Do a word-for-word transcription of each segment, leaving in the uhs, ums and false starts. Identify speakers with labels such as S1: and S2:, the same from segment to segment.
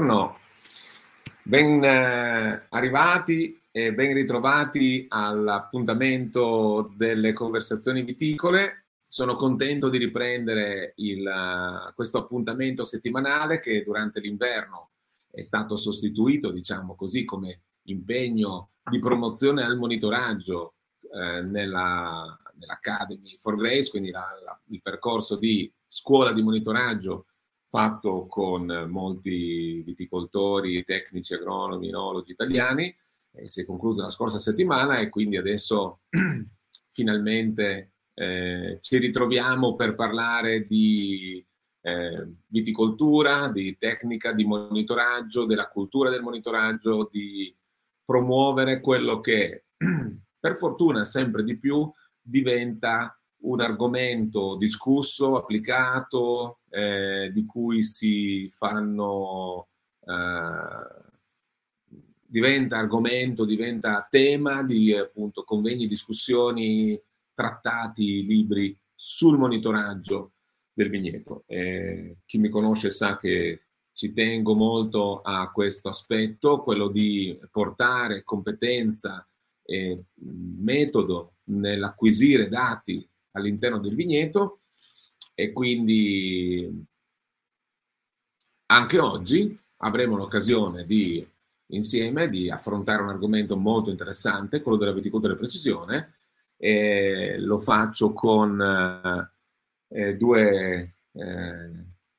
S1: Buongiorno, ben eh, arrivati e ben ritrovati all'appuntamento delle conversazioni viticole. Sono contento di riprendere il, uh, questo appuntamento settimanale che durante l'inverno è stato sostituito, diciamo così, come impegno di promozione al monitoraggio eh, nella, nell'Academy for Grace, quindi la, la, il percorso di scuola di monitoraggio fatto con molti viticoltori, tecnici, agronomi, enologi italiani. Eh, si è concluso la scorsa settimana e quindi adesso finalmente eh, ci ritroviamo per parlare di eh, viticoltura, di tecnica, di monitoraggio, della cultura del monitoraggio, di promuovere quello che per fortuna sempre di più diventa un argomento discusso, applicato, eh, di cui si fanno, eh, diventa argomento, diventa tema di appunto convegni, discussioni, trattati, libri sul monitoraggio del vigneto. Eh, chi mi conosce sa che ci tengo molto a questo aspetto, quello di portare competenza e metodo nell'acquisire dati all'interno del vigneto, e quindi anche oggi avremo l'occasione di insieme di affrontare un argomento molto interessante, quello della viticoltura di precisione. E lo faccio con eh, due eh,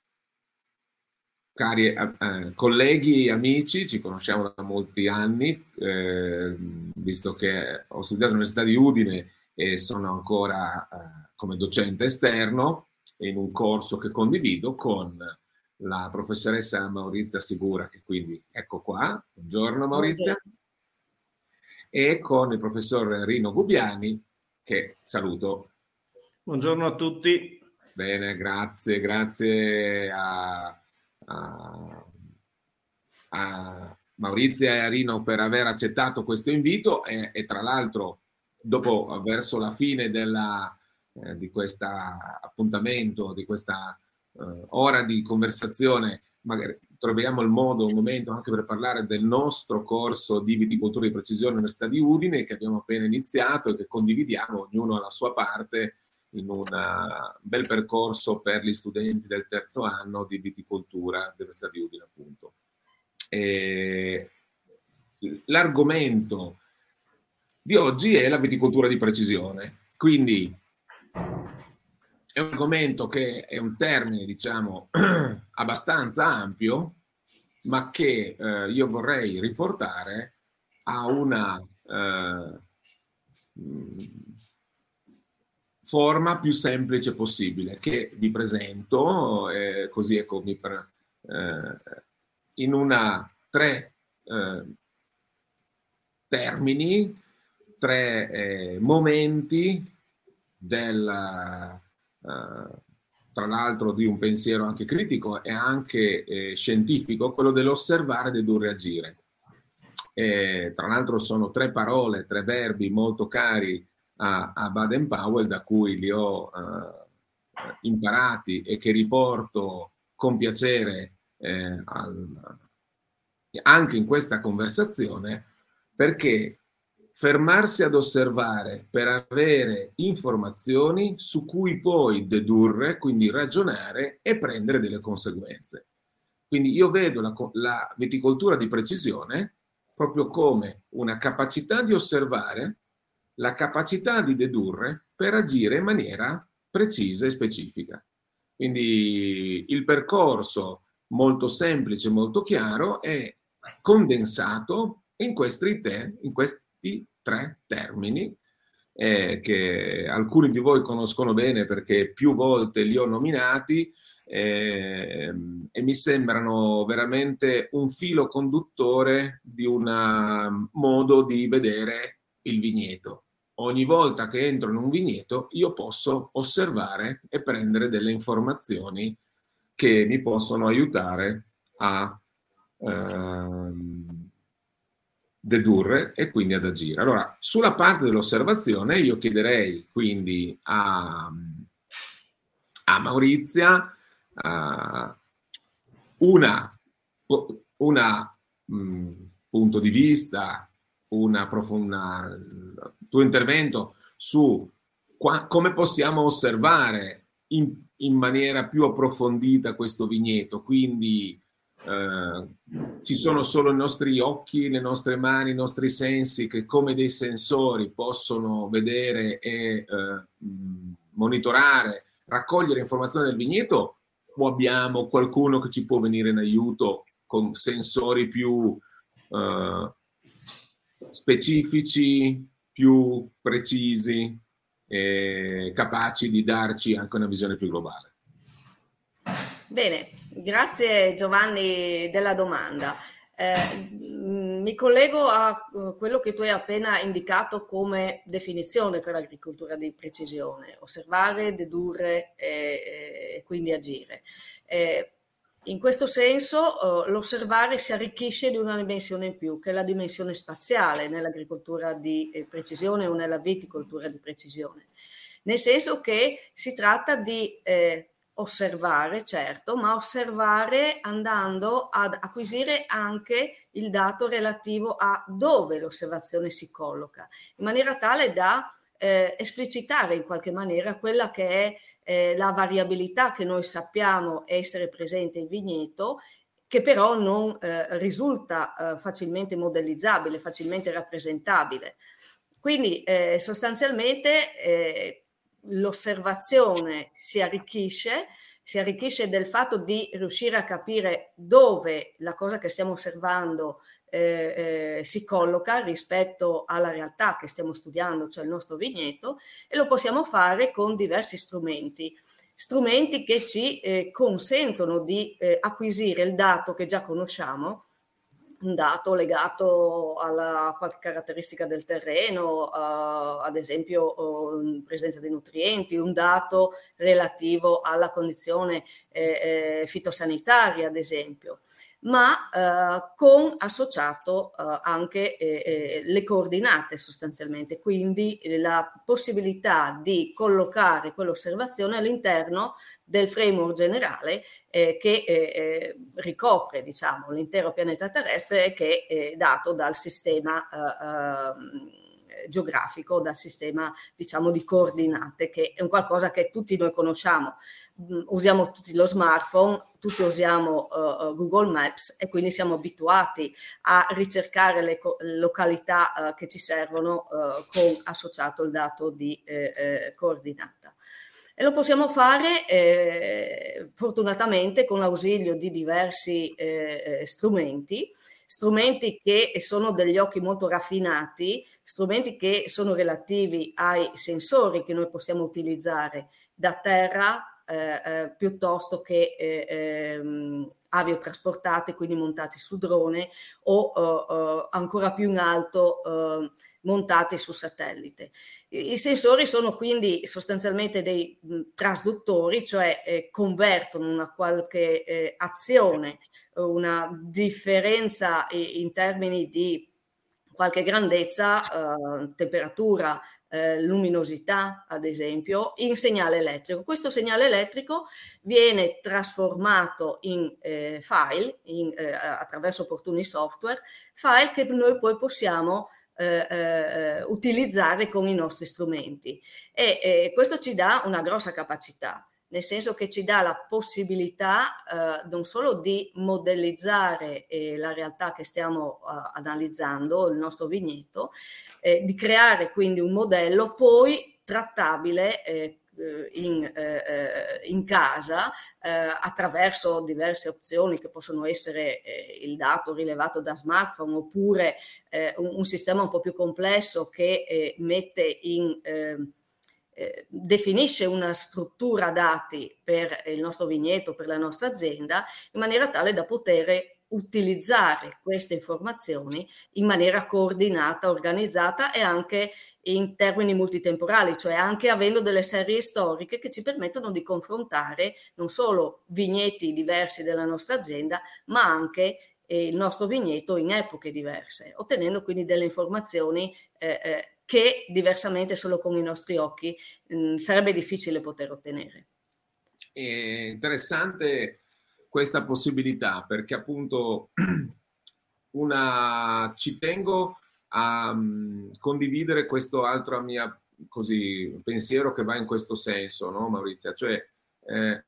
S1: cari eh, colleghi e amici, ci conosciamo da molti anni, eh, visto che ho studiato all'Università di Udine e sono ancora eh, come docente esterno in un corso che condivido con la professoressa Maurizia Sigura, che quindi ecco qua. Buongiorno Maurizia. Buongiorno. E con il professor Rino Gubiani, che saluto.
S2: Buongiorno a tutti.
S1: Bene, grazie, grazie a, a, a Maurizia e a Rino per aver accettato questo invito e, e tra l'altro dopo, verso la fine della, eh, di questo appuntamento, di questa eh, ora di conversazione, magari troviamo il modo, un momento anche per parlare del nostro corso di viticoltura di precisione all'Università di Udine, che abbiamo appena iniziato e che condividiamo ognuno alla sua parte in un bel percorso per gli studenti del terzo anno di viticoltura dell'Università di Udine, appunto. E l'argomento di oggi è la viticoltura di precisione, quindi è un argomento che è un termine, diciamo, abbastanza ampio, ma che eh, io vorrei riportare a una eh, forma più semplice possibile, che vi presento, eh, così ecco, mi per, eh, in una tre eh, termini, tre eh, momenti del Uh, tra l'altro di un pensiero anche critico e anche eh, scientifico, quello dell'osservare, dedurre, agire. E, tra l'altro sono tre parole, tre verbi molto cari a, a Baden-Powell, da cui li ho uh, imparati e che riporto con piacere eh, al, anche in questa conversazione, perché fermarsi ad osservare per avere informazioni su cui poi dedurre, quindi ragionare e prendere delle conseguenze. Quindi io vedo la, la viticoltura di precisione proprio come una capacità di osservare, la capacità di dedurre per agire in maniera precisa e specifica. Quindi il percorso molto semplice, molto chiaro, è condensato in questi, te, in questi tre termini eh, che alcuni di voi conoscono bene perché più volte li ho nominati eh, e mi sembrano veramente un filo conduttore di un modo di vedere il vigneto. Ogni volta che entro in un vigneto io posso osservare e prendere delle informazioni che mi possono aiutare a ehm, dedurre e quindi ad agire. Allora, sulla parte dell'osservazione io chiederei quindi a, a Maurizia uh, una un punto di vista, una profonda, il tuo intervento su qua, come possiamo osservare in, in maniera più approfondita questo vigneto. Quindi eh, ci sono solo i nostri occhi, le nostre mani, i nostri sensi che come dei sensori possono vedere e eh, monitorare, raccogliere informazioni del vigneto, o abbiamo qualcuno che ci può venire in aiuto con sensori più eh, specifici, più precisi, e capaci di darci anche una visione più globale?
S3: Bene, grazie Giovanni della domanda. Eh, mi collego a quello che tu hai appena indicato come definizione per l'agricoltura di precisione: osservare, dedurre e, e quindi agire. Eh, in questo senso eh, l'osservare si arricchisce di una dimensione in più, che è la dimensione spaziale nell'agricoltura di eh, precisione o nella viticoltura di precisione, nel senso che si tratta di eh, osservare, certo, ma osservare andando ad acquisire anche il dato relativo a dove l'osservazione si colloca, in maniera tale da eh, esplicitare in qualche maniera quella che è eh, la variabilità che noi sappiamo essere presente in vigneto, che però non eh, risulta eh, facilmente modellizzabile, facilmente rappresentabile. Quindi eh, sostanzialmente eh, l'osservazione si arricchisce, si arricchisce del fatto di riuscire a capire dove la cosa che stiamo osservando eh, eh, si colloca rispetto alla realtà che stiamo studiando, cioè il nostro vigneto, e lo possiamo fare con diversi strumenti. Strumenti che ci eh, consentono di eh, acquisire il dato che già conosciamo, un dato legato alla qualche caratteristica del terreno, uh, ad esempio uh, presenza di nutrienti, un dato relativo alla condizione eh, eh, fitosanitaria, ad esempio, ma uh, con associato uh, anche eh, eh, le coordinate sostanzialmente, quindi la possibilità di collocare quell'osservazione all'interno del framework generale eh, che eh, ricopre, diciamo, l'intero pianeta terrestre e che è dato dal sistema eh, geografico, dal sistema, diciamo, di coordinate, che è un qualcosa che tutti noi conosciamo. Usiamo tutti lo smartphone, tutti usiamo uh, Google Maps e quindi siamo abituati a ricercare le località uh, che ci servono uh, con associato il dato di eh, eh, coordinata. E lo possiamo fare eh, fortunatamente con l'ausilio di diversi eh, strumenti, strumenti che sono degli occhi molto raffinati, strumenti che sono relativi ai sensori che noi possiamo utilizzare da terra eh, eh, piuttosto che eh, ehm, aviotrasportati, quindi montati su drone o eh, eh, ancora più in alto eh, montati su satellite. I sensori sono quindi sostanzialmente dei mh, trasduttori, cioè eh, convertono una qualche eh, azione, una differenza in termini di qualche grandezza, eh, temperatura, eh, luminosità, ad esempio, in segnale elettrico. Questo segnale elettrico viene trasformato in eh, file, in, eh, attraverso opportuni software, file che noi poi possiamo Eh, eh, utilizzare con i nostri strumenti e eh, questo ci dà una grossa capacità, nel senso che ci dà la possibilità eh, non solo di modellizzare eh, la realtà che stiamo uh, analizzando, il nostro vigneto, eh, di creare quindi un modello poi trattabile eh, In, eh, in casa eh, attraverso diverse opzioni che possono essere eh, il dato rilevato da smartphone oppure eh, un, un sistema un po' più complesso che eh, mette in eh, eh, definisce una struttura dati per il nostro vigneto, per la nostra azienda, in maniera tale da poter utilizzare queste informazioni in maniera coordinata, organizzata e anche in termini multitemporali, cioè anche avendo delle serie storiche che ci permettono di confrontare non solo vigneti diversi della nostra azienda, ma anche eh, il nostro vigneto in epoche diverse, ottenendo quindi delle informazioni eh, eh, che diversamente solo con i nostri occhi mh, sarebbe difficile poter ottenere.
S1: È interessante questa possibilità, perché appunto una, ci tengo a um, condividere questo altro mia, così, pensiero che va in questo senso, no, Maurizia? Cioè, eh,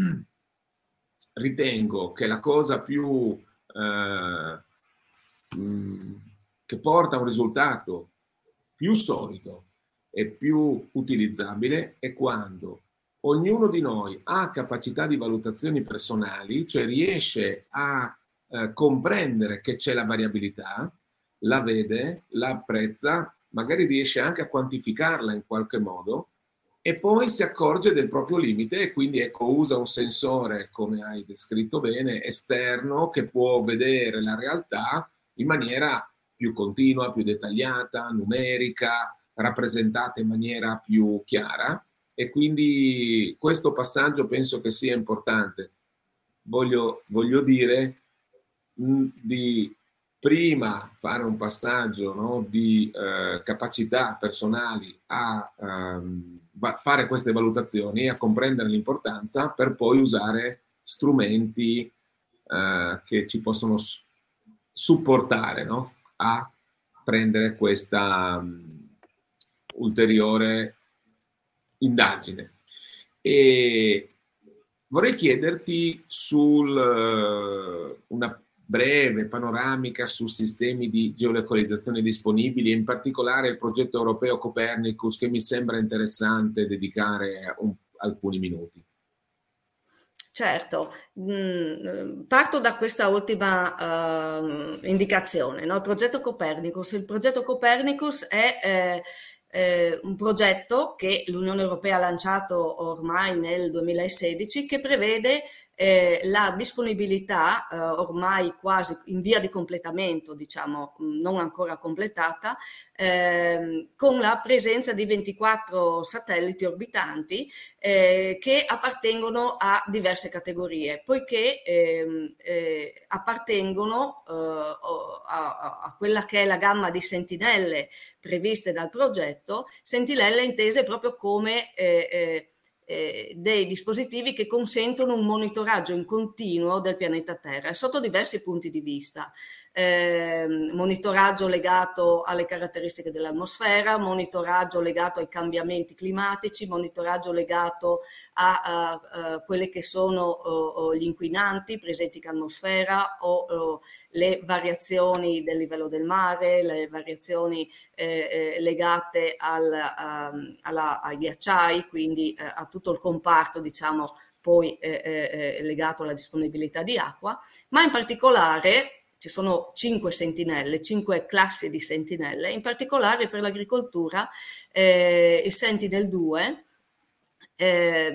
S1: ritengo che la cosa più eh, mh, che porta a un risultato più solido e più utilizzabile è quando ognuno di noi ha capacità di valutazioni personali, cioè riesce a eh, comprendere che c'è la variabilità, la vede, la apprezza, magari riesce anche a quantificarla in qualche modo e poi si accorge del proprio limite e quindi ecco, usa un sensore, come hai descritto bene, esterno che può vedere la realtà in maniera più continua, più dettagliata, numerica, rappresentata in maniera più chiara. E quindi questo passaggio penso che sia importante. Voglio, voglio dire mh, di prima fare un passaggio, no, di eh, capacità personali a um, fare queste valutazioni, a comprendere l'importanza, per poi usare strumenti eh, che ci possono supportare, no, a prendere questa um, ulteriore indagine. E vorrei chiederti sul uh, una breve panoramica su sistemi di geolocalizzazione disponibili, in particolare il progetto europeo Copernicus, che mi sembra interessante dedicare un, alcuni minuti.
S3: Certo, mh, parto da questa ultima uh, indicazione, no? Il progetto Copernicus. Il progetto Copernicus è eh, eh, un progetto che l'Unione Europea ha lanciato ormai nel duemilasedici, che prevede eh, la disponibilità, eh, ormai quasi in via di completamento, diciamo, non ancora completata, eh, con la presenza di ventiquattro satelliti orbitanti eh, che appartengono a diverse categorie, poiché eh, eh, appartengono eh, a, a quella che è la gamma di sentinelle previste dal progetto, sentinelle intese proprio come eh, eh, Eh, dei dispositivi che consentono un monitoraggio in continuo del pianeta Terra sotto diversi punti di vista. Eh, monitoraggio legato alle caratteristiche dell'atmosfera, monitoraggio legato ai cambiamenti climatici, monitoraggio legato a, a, a quelle che sono o, o gli inquinanti presenti in atmosfera o, o le variazioni del livello del mare, le variazioni eh, eh, legate al, a, alla, ai ghiacciai, quindi eh, a tutto il comparto, diciamo, poi eh, eh, legato alla disponibilità di acqua, ma in particolare ci sono cinque sentinelle, cinque classi di sentinelle, in particolare per l'agricoltura eh, il Sentinel due eh,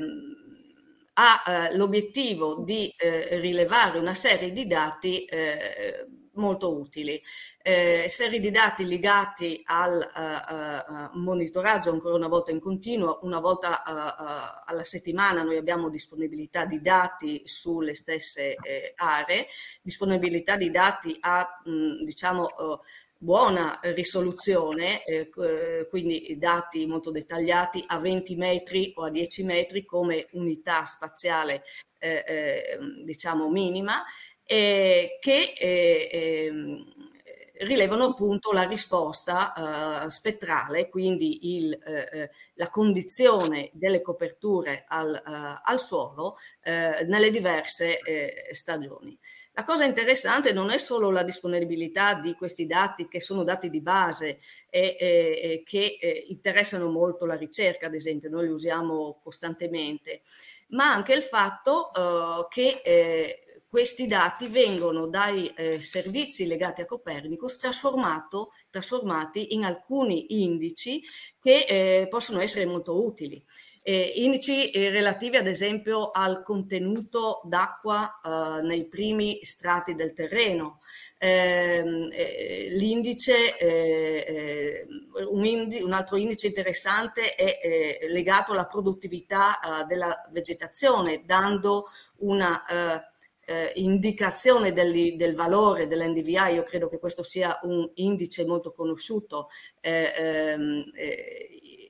S3: ha eh, l'obiettivo di eh, rilevare una serie di dati eh, molto utili, eh, serie di dati legati al uh, uh, monitoraggio ancora una volta in continuo, una volta uh, uh, alla settimana noi abbiamo disponibilità di dati sulle stesse eh, aree, disponibilità di dati a mh, diciamo uh, buona risoluzione, eh, quindi dati molto dettagliati a venti metri o a dieci metri come unità spaziale eh, eh, diciamo minima, eh, che eh, eh, rilevano appunto la risposta eh, spettrale, quindi il, eh, la condizione delle coperture al, eh, al suolo eh, nelle diverse eh, stagioni. La cosa interessante non è solo la disponibilità di questi dati, che sono dati di base e, e che eh, interessano molto la ricerca, ad esempio, noi li usiamo costantemente, ma anche il fatto eh, che eh, questi dati vengono dai eh, servizi legati a Copernicus trasformati in alcuni indici che eh, possono essere molto utili. Eh, indici eh, relativi ad esempio al contenuto d'acqua eh, nei primi strati del terreno. Eh, eh, l'indice, eh, un, indi, un altro indice interessante è eh, legato alla produttività eh, della vegetazione, dando una eh, eh, indicazione del, del valore dell'N D V I. Io credo che questo sia un indice molto conosciuto eh, eh,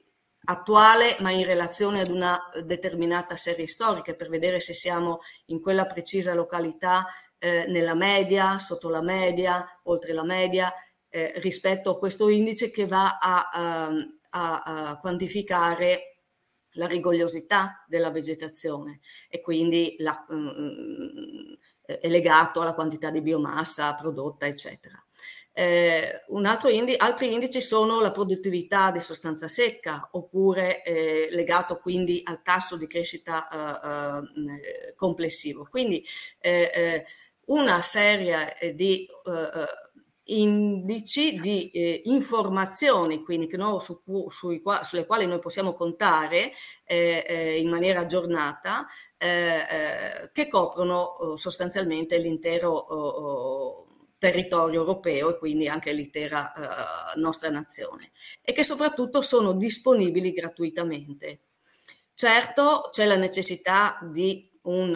S3: attuale, ma in relazione ad una determinata serie storica, per vedere se siamo in quella precisa località, eh, nella media, sotto la media, oltre la media, eh, rispetto a questo indice che va a, a, a quantificare la rigogliosità della vegetazione e quindi la, um, è legato alla quantità di biomassa prodotta, eccetera. Eh, un altro indi- altri indici sono la produttività di sostanza secca, oppure eh, legato quindi al tasso di crescita eh, eh, complessivo. Quindi eh, eh, una serie di eh, indici di eh, informazioni, quindi che noi, su, sui, sulle quali noi possiamo contare eh, eh, in maniera aggiornata, eh, eh, che coprono eh, sostanzialmente l'intero oh, territorio europeo e quindi anche l'intera eh, nostra nazione, e che soprattutto sono disponibili gratuitamente. Certo, c'è la necessità di un,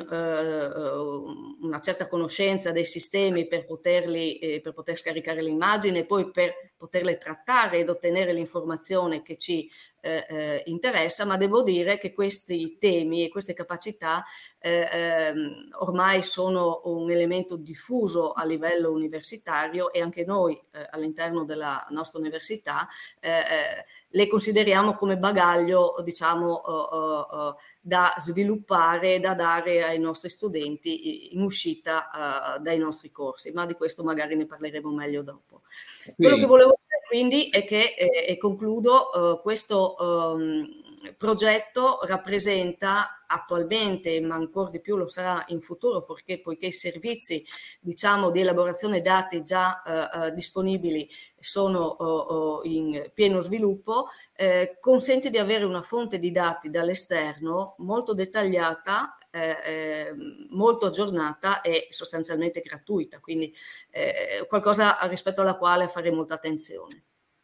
S3: uh, una certa conoscenza dei sistemi per poterli, eh, per poter scaricare l'immagine e poi per poterle trattare ed ottenere l'informazione che ci eh, eh, interessa, ma devo dire che questi temi e queste capacità eh, eh, ormai sono un elemento diffuso a livello universitario, e anche noi eh, all'interno della nostra università eh, le consideriamo come bagaglio, diciamo, uh, uh, uh, da sviluppare, da dare ai nostri studenti in uscita uh, dai nostri corsi, ma di questo magari ne parleremo meglio dopo. Sì. Quello che volevo dire quindi è che, eh, e concludo, uh, questo um, progetto rappresenta attualmente, ma ancora di più lo sarà in futuro, perché poiché i servizi, diciamo, di elaborazione dati già uh, uh, disponibili sono uh, uh, in pieno sviluppo, eh, consente di avere una fonte di dati dall'esterno molto dettagliata, eh, eh, molto aggiornata e sostanzialmente gratuita, quindi eh, qualcosa rispetto alla quale fare molta attenzione.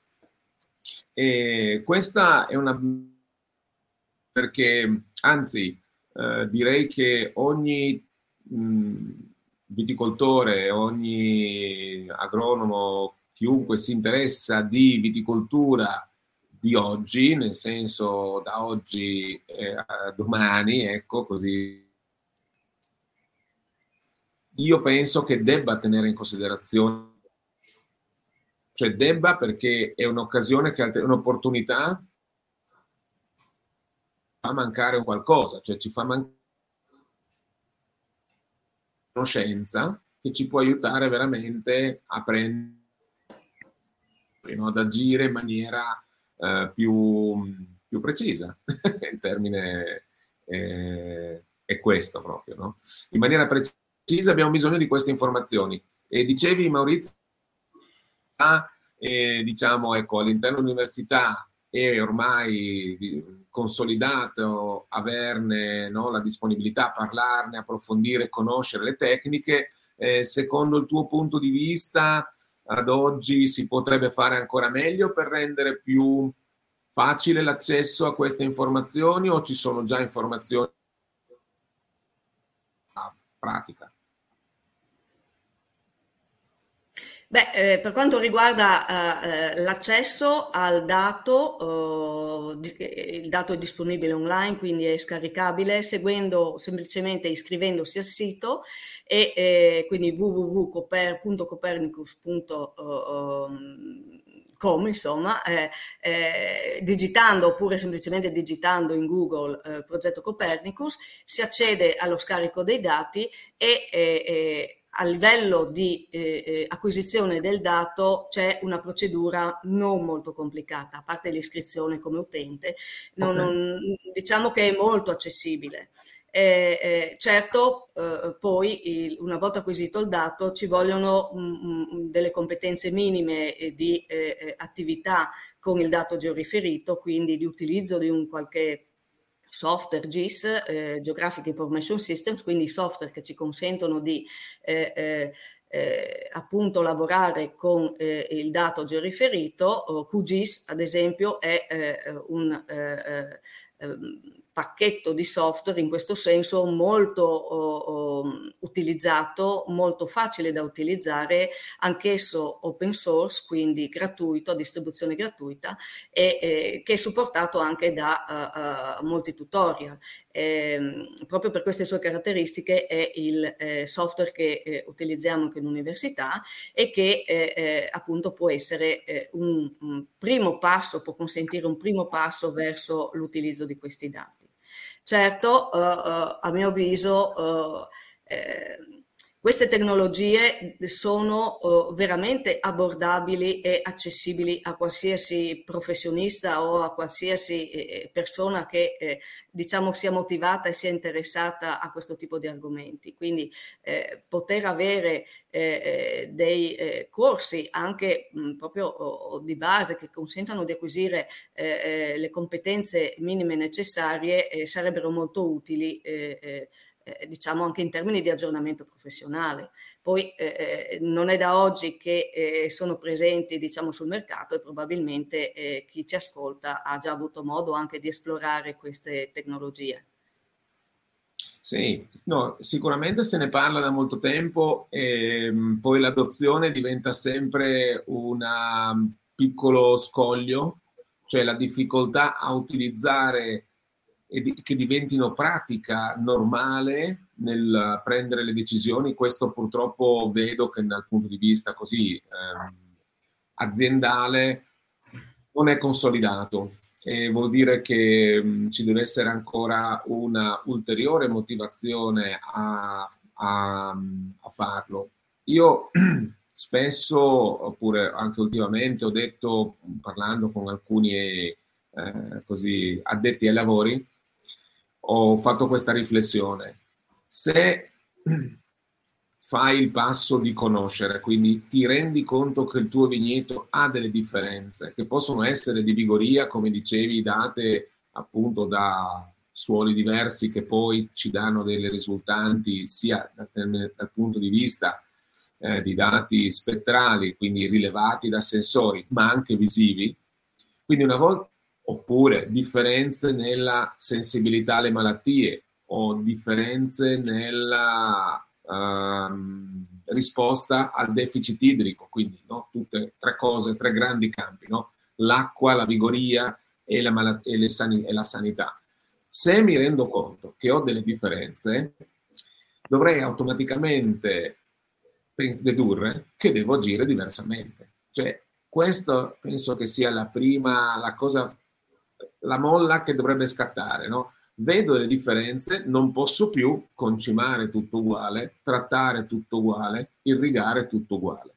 S1: E questa è una... perché, anzi, eh, direi che ogni mh, viticoltore, ogni agronomo, chiunque si interessa di viticoltura di oggi, nel senso da oggi eh, a domani, ecco, così, io penso che debba tenere in considerazione, cioè debba, perché è un'occasione, che è un'opportunità, fa mancare qualcosa, cioè ci fa mancare conoscenza che ci può aiutare veramente a prendere, no, ad agire in maniera eh, più, più precisa. Il termine eh, è questo proprio, no? In maniera precisa abbiamo bisogno di queste informazioni. E dicevi, Maurizio, eh, diciamo, ecco, all'interno dell'università è ormai consolidato averne, no, la disponibilità, parlarne, approfondire, conoscere le tecniche. Eh, secondo il tuo punto di vista, ad oggi si potrebbe fare ancora meglio per rendere più facile l'accesso a queste informazioni, o ci sono già informazioni a pratica?
S3: Beh, eh, per quanto riguarda eh, l'accesso al dato, eh, il dato è disponibile online, quindi è scaricabile seguendo, semplicemente iscrivendosi al sito, e eh, quindi w w w punto copernicus punto com, insomma, eh, eh, digitando, oppure semplicemente digitando in Google eh, progetto Copernicus, si accede allo scarico dei dati e eh, eh, a livello di eh, acquisizione del dato c'è una procedura non molto complicata, a parte l'iscrizione come utente, non, okay. non, diciamo che è molto accessibile. Eh, eh, certo, eh, poi il, una volta acquisito il dato ci vogliono mh, delle competenze minime di eh, attività con il dato georiferito, quindi di utilizzo di un qualche software G I S, eh, Geographic Information Systems, quindi software che ci consentono di eh, eh, eh, appunto lavorare con eh, il dato georiferito. Q G I S ad esempio è eh, un eh, eh, pacchetto di software in questo senso molto oh, oh, utilizzato, molto facile da utilizzare, anch'esso open source, quindi gratuito, a distribuzione gratuita, e eh, che è supportato anche da uh, uh, molti tutorial. Eh, proprio per queste sue caratteristiche è il eh, software che eh, utilizziamo anche in università e che eh, eh, appunto può essere eh, un, un primo passo, può consentire un primo passo verso l'utilizzo di questi dati. Certo, uh, uh, a mio avviso, uh, eh, queste tecnologie sono uh, veramente abbordabili e accessibili a qualsiasi professionista o a qualsiasi eh, persona che eh, diciamo sia motivata e sia interessata a questo tipo di argomenti. Quindi eh, poter avere eh, dei eh, corsi anche mh, proprio oh, di base che consentano di acquisire eh, le competenze minime necessarie eh, sarebbero molto utili eh, eh, Eh, diciamo anche in termini di aggiornamento professionale. Poi eh, non è da oggi che eh, sono presenti diciamo sul mercato e probabilmente eh, chi ci ascolta ha già avuto modo anche di esplorare queste tecnologie.
S1: Sì, no, sicuramente se ne parla da molto tempo e poi l'adozione diventa sempre un piccolo scoglio, cioè la difficoltà a utilizzare e di, che diventino pratica normale nel prendere le decisioni. Questo purtroppo vedo che dal punto di vista così eh, aziendale non è consolidato e vuol dire che mh, ci deve essere ancora una ulteriore motivazione a, a, a farlo. Io spesso, oppure anche ultimamente, ho detto, parlando con alcuni eh, così addetti ai lavori, ho fatto questa riflessione. Se fai il passo di conoscere, quindi ti rendi conto che il tuo vigneto ha delle differenze, che possono essere di vigoria, come dicevi, date appunto da suoli diversi che poi ci danno delle risultanti sia dal, dal punto di vista eh, di dati spettrali, quindi rilevati da sensori, ma anche visivi. Quindi una volta oppure differenze nella sensibilità alle malattie o differenze nella uh, risposta al deficit idrico, quindi no? Tutte tre cose, tre grandi campi, no? L'acqua, la vigoria e la, malat- e, le sani- e la sanità. Se mi rendo conto che ho delle differenze, dovrei automaticamente dedurre che devo agire diversamente. Cioè, questo penso che sia la prima, la cosa, la molla che dovrebbe scattare, no? Vedo le differenze, non posso più concimare tutto uguale, trattare tutto uguale, irrigare tutto uguale.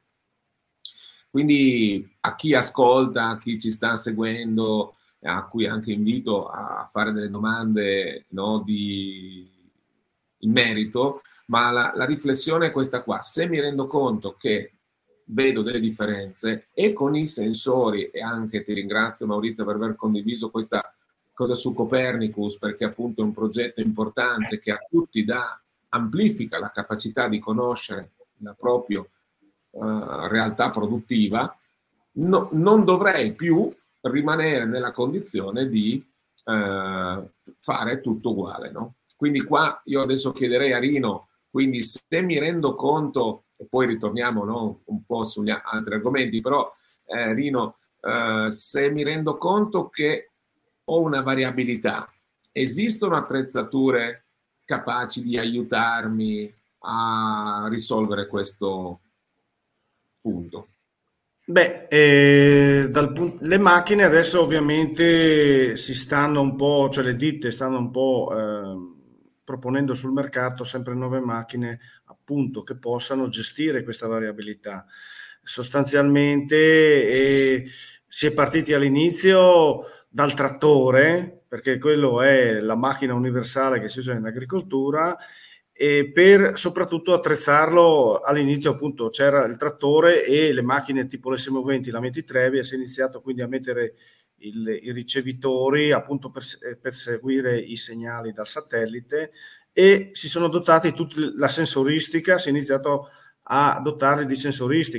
S1: Quindi a chi ascolta, a chi ci sta seguendo, a cui anche invito a fare delle domande, no, di, in merito, ma la, la riflessione è questa qua. Se mi rendo conto che vedo delle differenze e con i sensori, e anche ti ringrazio Maurizio per aver condiviso questa cosa su Copernicus, perché appunto è un progetto importante che a tutti dà, amplifica la capacità di conoscere la propria uh, realtà produttiva, no, non dovrei più rimanere nella condizione di uh, fare tutto uguale, no? Quindi qua io adesso chiederei a Rino, quindi se mi rendo conto, e poi ritorniamo, no, un po' sugli altri argomenti, però eh, Rino, eh, se mi rendo conto che ho una variabilità, esistono attrezzature capaci di aiutarmi a risolvere questo punto?
S2: Beh, eh, dal punto, le macchine adesso ovviamente si stanno un po', cioè le ditte stanno un po' eh, proponendo sul mercato sempre nuove macchine appunto che possano gestire questa variabilità. Sostanzialmente eh, si è partiti all'inizio dal trattore, perché quello è la macchina universale che si usa in agricoltura, e per soprattutto attrezzarlo all'inizio appunto c'era il trattore e le macchine tipo le semoventi, la Metti-Trevi, e si è iniziato quindi a mettere il, i ricevitori appunto per, per seguire i segnali dal satellite, e si sono dotati tutta la sensoristica, si è iniziato a dotarli di sensoristica,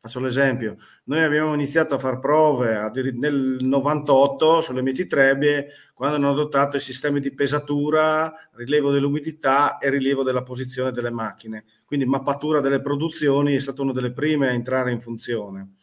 S2: Faccio l'esempio, noi abbiamo iniziato a fare prove nel novantotto sulle mietitrebbie, quando hanno adottato i sistemi di pesatura, rilievo dell'umidità e rilievo della posizione delle macchine. Quindi mappatura delle produzioni è stata una delle prime a entrare in funzione.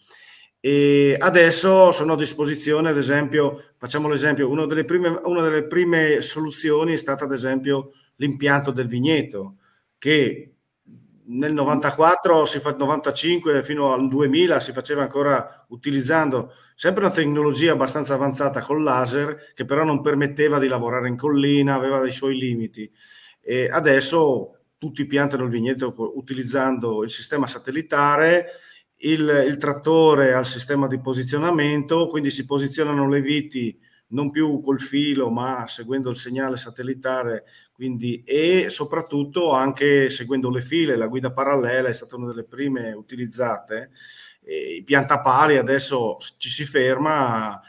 S2: E adesso sono a disposizione, ad esempio, facciamo l'esempio, una delle prime, una delle prime soluzioni è stata ad esempio l'impianto del vigneto, che nel novantaquattro, si fa, novantacinque fino al duemila si faceva ancora utilizzando sempre una tecnologia abbastanza avanzata col laser, che però non permetteva di lavorare in collina, aveva dei suoi limiti. E adesso tutti piantano il vigneto utilizzando il sistema satellitare, il, il trattore ha il sistema di posizionamento, quindi si posizionano le viti non più col filo ma seguendo il segnale satellitare, quindi, e soprattutto anche seguendo le file. La guida parallela è stata una delle prime utilizzate. E i piantapali adesso ci si ferma,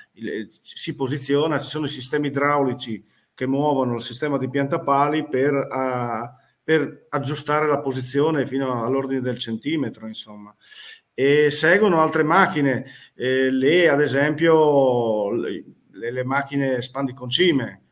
S2: si posiziona, ci sono i sistemi idraulici che muovono il sistema di piantapali per, uh, per aggiustare la posizione fino all'ordine del centimetro, insomma. E seguono altre macchine, eh, le, ad esempio le, le macchine spandiconcime.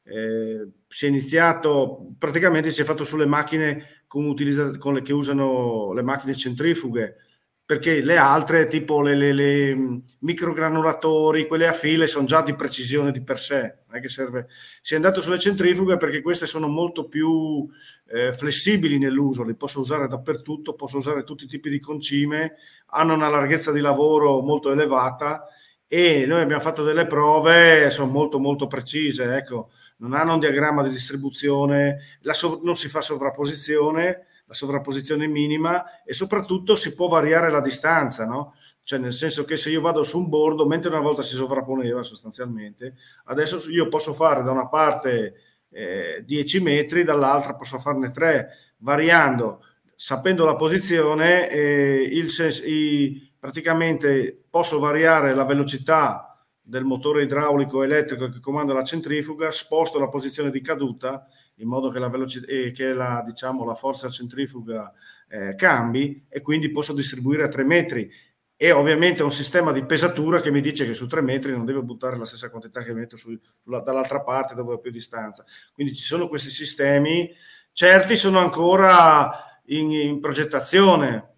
S2: Eh, si è iniziato, praticamente si è fatto sulle macchine con con le, che usano le macchine centrifughe, perché le altre tipo le, le, le microgranulatori, quelle a file, sono già di precisione di per sé, non è che serve. Si è andato sulle centrifughe perché queste sono molto più eh, flessibili nell'uso, le posso usare dappertutto, posso usare tutti i tipi di concime, hanno una larghezza di lavoro molto elevata e noi abbiamo fatto delle prove, sono molto molto precise, ecco, non hanno un diagramma di distribuzione, la sov- non si fa sovrapposizione, la sovrapposizione minima, e soprattutto si può variare la distanza, no? Cioè nel senso che se io vado su un bordo, mentre una volta si sovrapponeva sostanzialmente, adesso io posso fare da una parte eh, dieci metri, dall'altra posso farne tre, variando, sapendo la posizione, eh, il sens- i, praticamente posso variare la velocità del motore idraulico elettrico che comanda la centrifuga, sposto la posizione di caduta in modo che la velocità, eh, che la, diciamo, la forza centrifuga eh, cambi, e quindi posso distribuire a tre metri. E ovviamente un sistema di pesatura che mi dice che su tre metri non devo buttare la stessa quantità che metto su, sulla, dall'altra parte dove ho più distanza. Quindi ci sono questi sistemi, certi sono ancora in, in progettazione.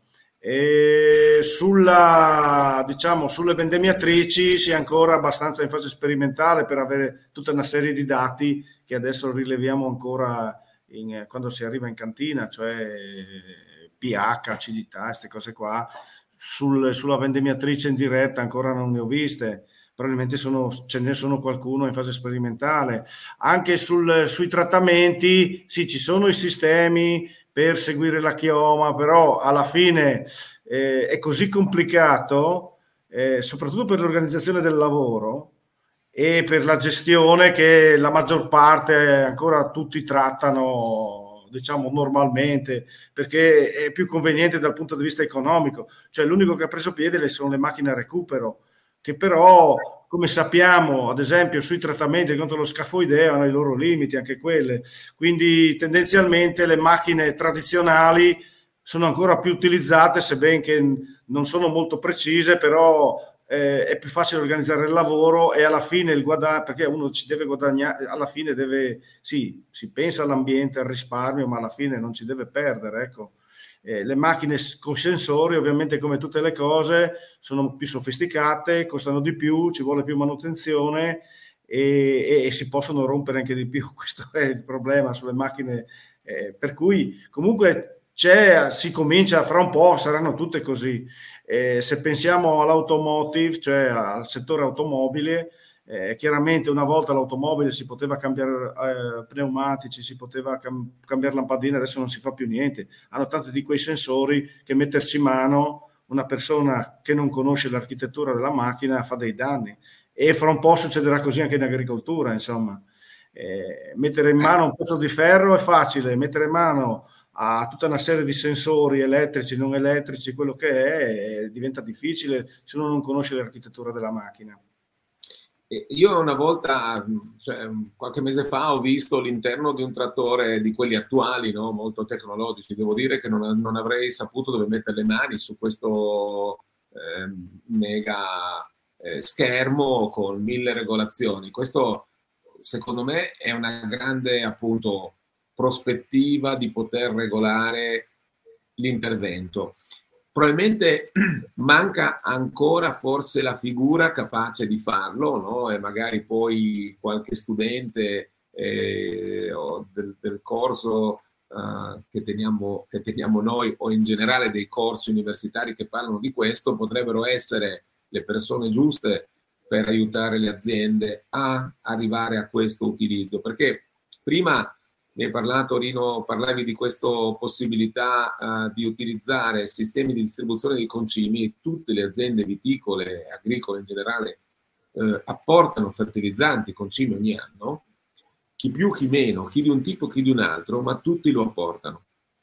S2: E sulla, diciamo, sulle vendemmiatrici si è ancora abbastanza in fase sperimentale per avere tutta una serie di dati che adesso rileviamo ancora in, quando si arriva in cantina, cioè pH, acidità, queste cose qua. Sul, sulla vendemmiatrice in diretta ancora non ne ho viste, probabilmente sono, ce ne sono qualcuno in fase sperimentale. Anche sul, sui trattamenti, sì, ci sono i sistemi per seguire la chioma, però alla fine eh, è così complicato, eh, soprattutto per l'organizzazione del lavoro e per la gestione, che la maggior parte ancora tutti trattano, diciamo, normalmente, perché è più conveniente dal punto di vista economico. Cioè l'unico che ha preso piede sono le macchine a recupero, che però, come sappiamo, ad esempio sui trattamenti contro lo scafoideo hanno i loro limiti, anche quelle. Quindi tendenzialmente le macchine tradizionali sono ancora più utilizzate, sebbene non sono molto precise, però eh, è più facile organizzare il lavoro e alla fine il guadagno, perché uno ci deve guadagnare, alla fine deve, sì, si pensa all'ambiente, al risparmio, ma alla fine non ci deve perdere, ecco. Eh, le macchine con sensori, ovviamente, come tutte le cose, sono più sofisticate, costano di più, ci vuole più manutenzione e, e, e si possono rompere anche di più. Questo è il problema sulle macchine, eh, per cui comunque c'è, si comincia fra un po', saranno tutte così. Eh, se pensiamo all'automotive, cioè al settore automobile, Eh, chiaramente una volta l'automobile si poteva cambiare eh, pneumatici, si poteva cam- cambiare lampadine, adesso non si fa più niente. Hanno tanti di quei sensori che metterci mano, una persona che non conosce l'architettura della macchina fa dei danni, e fra un po' succederà così anche in agricoltura, insomma. Eh, mettere in mano un pezzo di ferro è facile, mettere in mano a tutta una serie di sensori elettrici, non elettrici, quello che è, eh, diventa difficile se uno non conosce l'architettura della macchina.
S1: Io una volta, cioè, qualche mese fa, ho visto l'interno di un trattore di quelli attuali, no? Molto tecnologici. Devo dire che non, non avrei saputo dove mettere le mani su questo eh, mega eh, schermo con mille regolazioni. Questo secondo me è una grande appunto prospettiva di poter regolare l'intervento. Probabilmente manca ancora forse la figura capace di farlo, no? E magari poi qualche studente eh, o del, del corso uh, che, teniamo, che teniamo noi, o in generale dei corsi universitari che parlano di questo, potrebbero essere le persone giuste per aiutare le aziende a arrivare a questo utilizzo. Perché prima ne hai parlato, Rino, parlavi di questa possibilità uh, di utilizzare sistemi di distribuzione di concimi, e tutte le aziende viticole e agricole in generale uh, apportano fertilizzanti, concimi ogni anno, chi più chi meno, chi di un tipo chi di un altro, ma tutti lo apportano.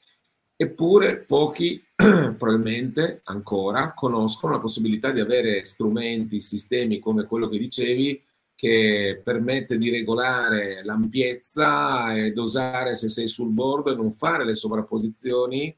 S1: Eppure pochi probabilmente ancora conoscono la possibilità di avere strumenti, sistemi come quello che dicevi, che permette di regolare l'ampiezza e dosare se sei sul bordo e non fare le sovrapposizioni,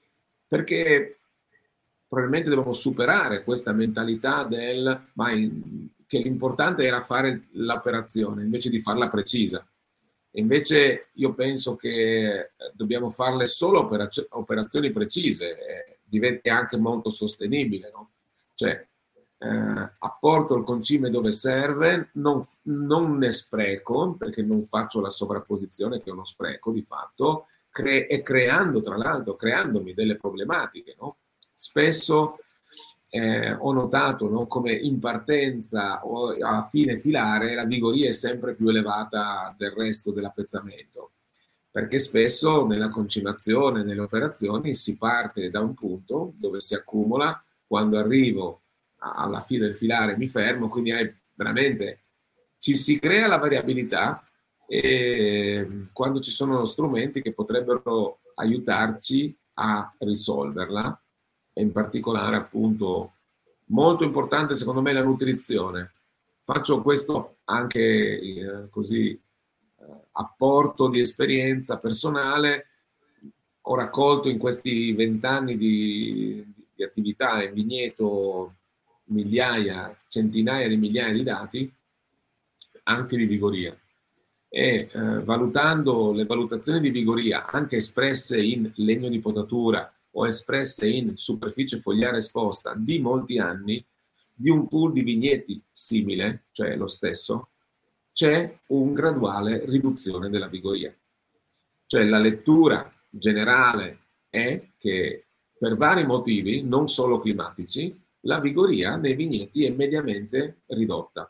S1: perché probabilmente dobbiamo superare questa mentalità del ma in, che l'importante era fare l'operazione invece di farla precisa. E invece io penso che dobbiamo farle solo operaz- operazioni precise, eh, diventi anche molto sostenibile, no? Cioè eh, apporto il concime dove serve, non, non ne spreco, perché non faccio la sovrapposizione che è uno spreco di fatto, cre- e creando tra l'altro, creandomi delle problematiche, no? Spesso eh, ho notato, no, come in partenza o a fine filare la vigoria è sempre più elevata del resto dell'appezzamento, perché spesso nella concimazione, nelle operazioni si parte da un punto dove si accumula, quando arrivo alla fine del filare mi fermo, quindi hai veramente ci si crea la variabilità, e quando ci sono strumenti che potrebbero aiutarci a risolverla. E in particolare appunto molto importante secondo me la nutrizione. Faccio questo anche eh, così eh, apporto di esperienza personale. Ho raccolto in questi vent'anni di, di attività in vigneto migliaia, centinaia di migliaia di dati anche di vigoria, e eh, valutando le valutazioni di vigoria anche espresse in legno di potatura o espresse in superficie fogliare esposta di molti anni, di un pool di vigneti simile, cioè lo stesso, c'è un graduale riduzione della vigoria. Cioè la lettura generale è che per vari motivi, non solo climatici, la vigoria nei vigneti è mediamente ridotta.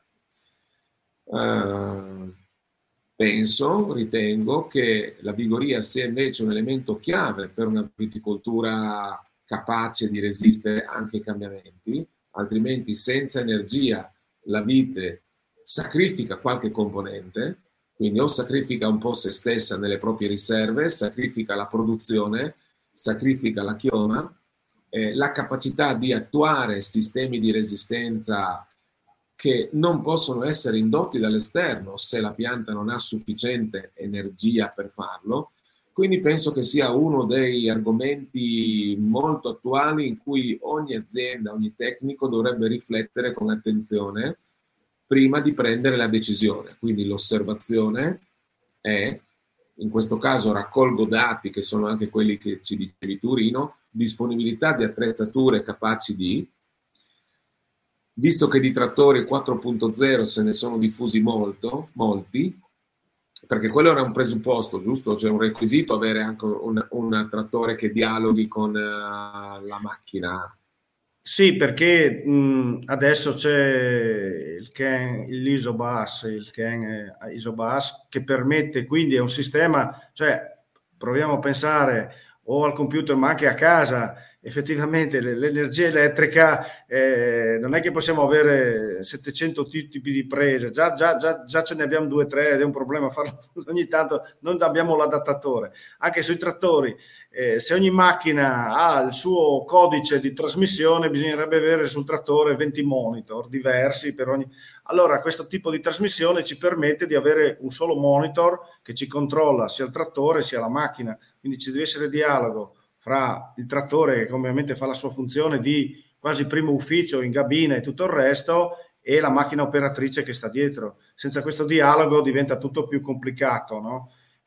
S1: Uh, Penso, ritengo che la vigoria sia invece un elemento chiave per una viticoltura capace di resistere anche ai cambiamenti, altrimenti senza energia la vite sacrifica qualche componente, quindi o sacrifica un po' se stessa nelle proprie riserve, sacrifica la produzione, sacrifica la chioma, eh, la capacità di attuare sistemi di resistenza che non possono essere indotti dall'esterno se la pianta non ha sufficiente energia per farlo. Quindi penso che sia uno dei argomenti molto attuali in cui ogni azienda, ogni tecnico dovrebbe riflettere con attenzione prima di prendere la decisione. Quindi l'osservazione è, in questo caso raccolgo dati che sono anche quelli che ci dicevi tu, Rino, disponibilità di attrezzature capaci di, visto che di trattori quattro punto zero se ne sono diffusi molto, molti, perché quello era un presupposto, giusto? Cioè un requisito avere anche un, un trattore che dialoghi con uh, la macchina.
S2: Sì, perché mh, adesso c'è il CAN, l'Isobus, il CAN Isobus, che permette, quindi è un sistema, cioè proviamo a pensare o al computer ma anche a casa, effettivamente l'energia elettrica eh, non è che possiamo avere settecento tipi di prese, già, già, già, già ce ne abbiamo due o tre ed è un problema farlo ogni tanto, non abbiamo l'adattatore. Anche sui trattori, eh, se ogni macchina ha il suo codice di trasmissione, bisognerebbe avere sul trattore venti monitor diversi per ogni... Allora questo tipo di trasmissione ci permette di avere un solo monitor che ci controlla sia il trattore sia la macchina, quindi ci deve essere dialogo fra il trattore che ovviamente fa la sua funzione di quasi primo ufficio in cabina e tutto il resto, e la macchina operatrice che sta dietro. Senza questo dialogo diventa tutto più complicato, no?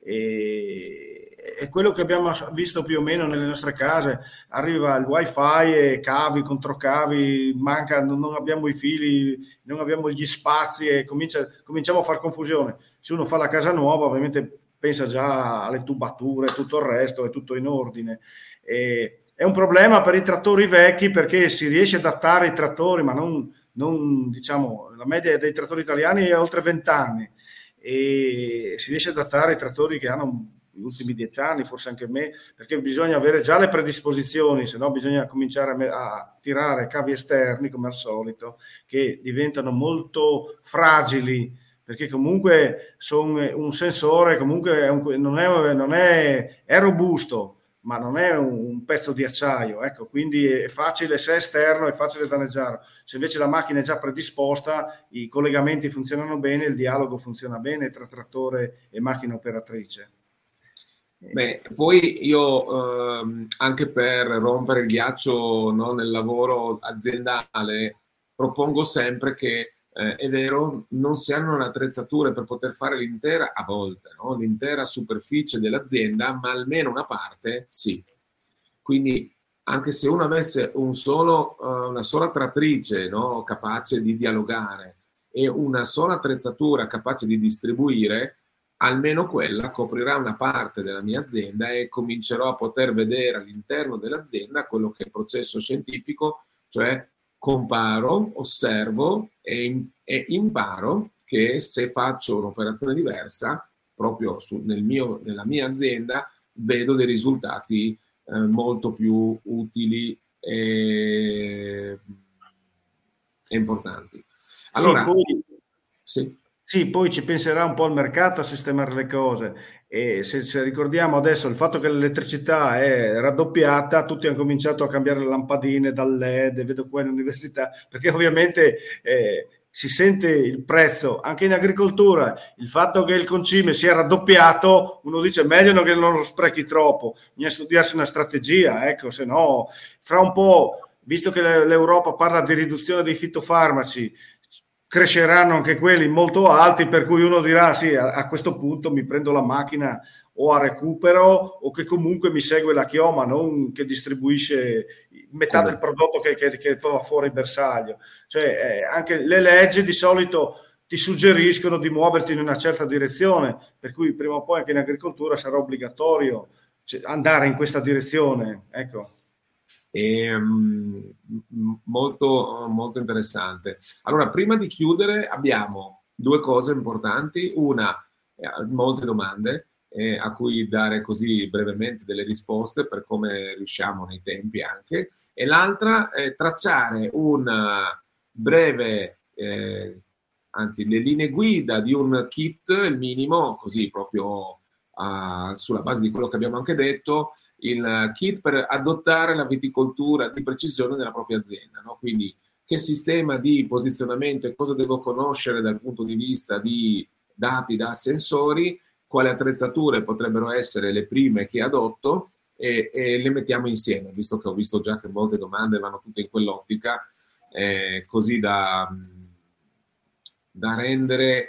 S2: E è quello che abbiamo visto più o meno nelle nostre case. Arriva il wifi e cavi contro cavi, manca, non abbiamo i fili, non abbiamo gli spazi e comincia, cominciamo a fare confusione. Se uno fa la casa nuova ovviamente pensa già alle tubature, tutto il resto è tutto in ordine. E è un problema per i trattori vecchi, perché si riesce ad adattare i trattori, ma non, non diciamo, la media dei trattori italiani è oltre venti anni, e si riesce ad adattare i trattori che hanno gli ultimi dieci anni, forse anche me, perché bisogna avere già le predisposizioni, se no bisogna cominciare a, me- a tirare cavi esterni come al solito, che diventano molto fragili, perché comunque sono un sensore, comunque è un, non, è, non è, è robusto, ma non è un pezzo di acciaio, ecco, quindi è facile, se è esterno è facile danneggiare. Se invece la macchina è già predisposta, i collegamenti funzionano bene, il dialogo funziona bene tra trattore e macchina operatrice.
S1: Beh, poi io ehm, anche per rompere il ghiaccio, no, nel lavoro aziendale, propongo sempre che eh, è vero, non si hanno le attrezzature per poter fare l'intera, a volte, no, l'intera superficie dell'azienda, ma almeno una parte sì. Quindi anche se uno avesse un solo, uh, una sola trattrice, no, capace di dialogare, e una sola attrezzatura capace di distribuire, almeno quella coprirà una parte della mia azienda e comincerò a poter vedere all'interno dell'azienda quello che è il processo scientifico, cioè comparo, osservo e, e imparo che se faccio un'operazione diversa, proprio su, nel mio, nella mia azienda, vedo dei risultati eh, molto più utili e, e importanti. Allora,
S2: sì, poi,
S1: sì.
S2: Sì, poi ci penserà un po' il mercato a sistemare le cose, e se, se ricordiamo adesso il fatto che l'elettricità è raddoppiata, tutti hanno cominciato a cambiare le lampadine dal L E D, vedo qua in università, perché ovviamente eh, si sente il prezzo, anche in agricoltura, il fatto che il concime sia raddoppiato, uno dice meglio che non lo sprechi troppo, bisogna studiarsi una strategia, ecco, se no fra un po', visto che l'Europa parla di riduzione dei fitofarmaci, cresceranno anche quelli molto alti, per cui uno dirà sì, a, a questo punto mi prendo la macchina o a recupero o che comunque mi segue la chioma, non che distribuisce metà Come? del prodotto che, che, che fa fuori il bersaglio. Cioè eh, anche le leggi di solito ti suggeriscono di muoverti in una certa direzione, per cui prima o poi anche in agricoltura sarà obbligatorio andare in questa direzione, ecco.
S1: E, um, molto, molto interessante. Allora, prima di chiudere abbiamo due cose importanti. Una, eh, molte domande eh, a cui dare così brevemente delle risposte per come riusciamo nei tempi anche, e l'altra è tracciare un breve, eh, anzi le linee guida di un kit, il minimo, così proprio uh, sulla base di quello che abbiamo anche detto, il kit per adottare la viticoltura di precisione nella propria azienda, no? Quindi che sistema di posizionamento e cosa devo conoscere dal punto di vista di dati da sensori, quali attrezzature potrebbero essere le prime che adotto e, e le mettiamo insieme, visto che ho visto già che molte domande vanno tutte in quell'ottica, eh, così da, da rendere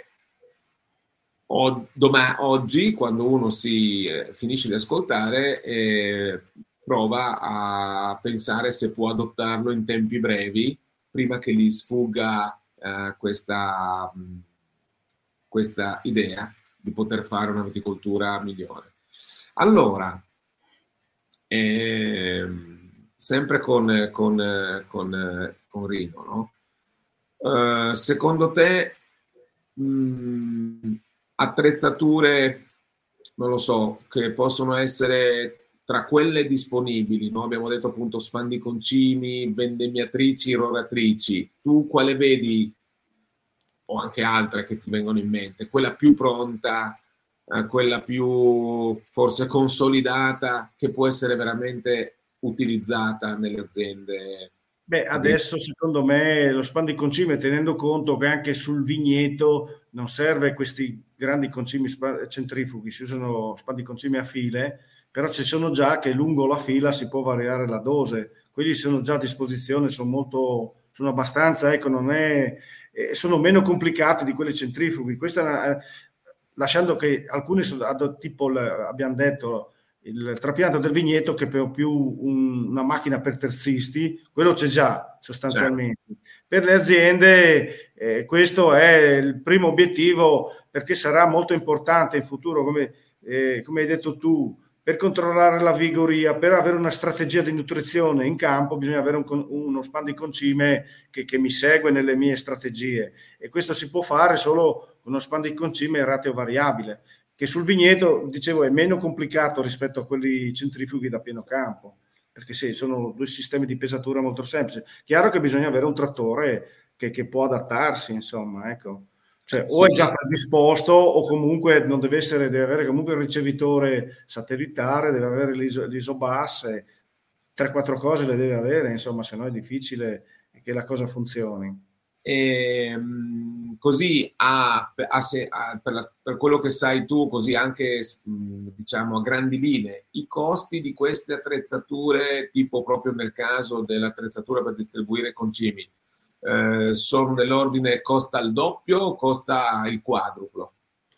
S1: O, domani, oggi, quando uno si eh, finisce di ascoltare, eh, prova a pensare se può adottarlo in tempi brevi, prima che gli sfugga eh, questa, mh, questa idea di poter fare una viticoltura migliore. Allora, eh, sempre con, con, con, con Rino, no? Uh, secondo te mh, attrezzature, non lo so, che possono essere tra quelle disponibili, no? Abbiamo detto appunto spandiconcini, vendemmiatrici, roratrici, tu quale vedi, o anche altre che ti vengono in mente, quella più pronta, eh, quella più forse consolidata, che può essere veramente utilizzata nelle aziende?
S2: Beh, adesso secondo me lo spandiconcime, tenendo conto che anche sul vigneto non serve questi grandi concimi centrifughi, si usano spandiconcimi a file, però ci sono già che lungo la fila si può variare la dose, quelli sono già a disposizione, sono molto, sono abbastanza, ecco, non è, eh, sono meno complicati di quelli centrifughi. Questa è una, lasciando che alcuni sono tipo, abbiamo detto, il trapianto del vigneto, che è più un, una macchina per terzisti, quello c'è già sostanzialmente. Certo. Per le aziende eh, questo è il primo obiettivo, perché sarà molto importante in futuro, come, eh, come hai detto tu, per controllare la vigoria, per avere una strategia di nutrizione in campo, bisogna avere un, uno span di concime che, che mi segue nelle mie strategie, e questo si può fare solo con uno span di concime ratio variabile, che sul vigneto, dicevo, è meno complicato rispetto a quelli centrifughi da pieno campo, perché sì, sono due sistemi di pesatura molto semplici. Chiaro che bisogna avere un trattore che, che può adattarsi, insomma, ecco. Cioè, o sì, è già predisposto, o comunque non deve essere, deve avere comunque il ricevitore satellitare, deve avere l'Iso, l'Isobus, tre quattro cose le deve avere, insomma, se no è difficile che la cosa funzioni.
S1: E, così a, a se, a, per, la, per quello che sai tu, così anche diciamo a grandi linee, i costi di queste attrezzature, tipo proprio nel caso dell'attrezzatura per distribuire concimi, eh, sono nell'ordine costa il doppio o costa il quadruplo?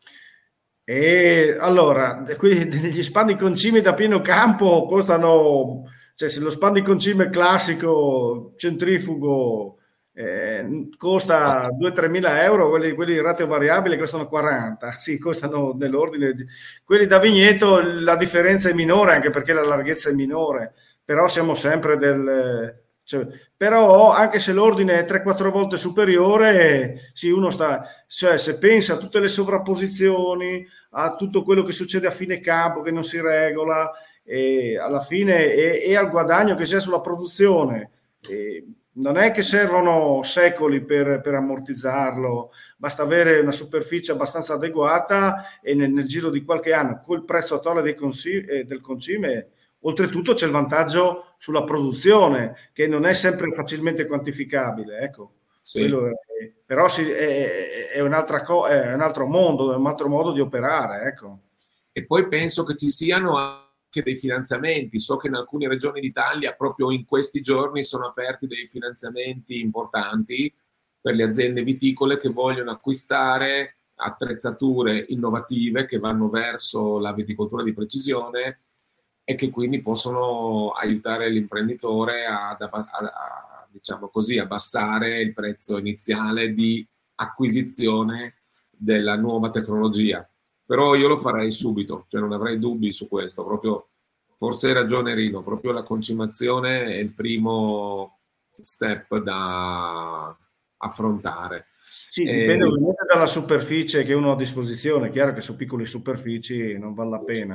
S2: E allora, quindi gli span di concimi da pieno campo costano, cioè se lo span di concime classico centrifugo eh, costa due tre mila euro, quelli, quelli in ratio variabile costano quaranta, sì, costano nell'ordine di... quelli da vigneto la differenza è minore, anche perché la larghezza è minore, però siamo sempre del... Cioè, però anche se l'ordine è tre quattro volte superiore, sì, uno sta, cioè se pensa a tutte le sovrapposizioni, a tutto quello che succede a fine campo che non si regola, e alla fine e, e al guadagno che c'è sulla produzione, e non è che servono secoli per, per ammortizzarlo, basta avere una superficie abbastanza adeguata e nel, nel giro di qualche anno col prezzo attuale dei consi, eh, del concime. Oltretutto c'è il vantaggio sulla produzione, che non è sempre facilmente quantificabile, ecco. Sì. Quello è, però si, è, è, un'altra co- è un altro mondo, è un altro modo di operare, ecco.
S1: E poi penso che ci siano anche dei finanziamenti. So che in alcune regioni d'Italia proprio in questi giorni sono aperti dei finanziamenti importanti per le aziende viticole che vogliono acquistare attrezzature innovative che vanno verso la viticoltura di precisione e che quindi possono aiutare l'imprenditore a, a, a, diciamo così, abbassare il prezzo iniziale di acquisizione della nuova tecnologia. Però io lo farei subito, cioè non avrei dubbi su questo, proprio, forse hai ragione Rino, proprio la concimazione è il primo step da affrontare.
S2: Sì, dipende ovviamente dalla superficie che uno ha a disposizione, è chiaro che su piccole superfici non vale la pena.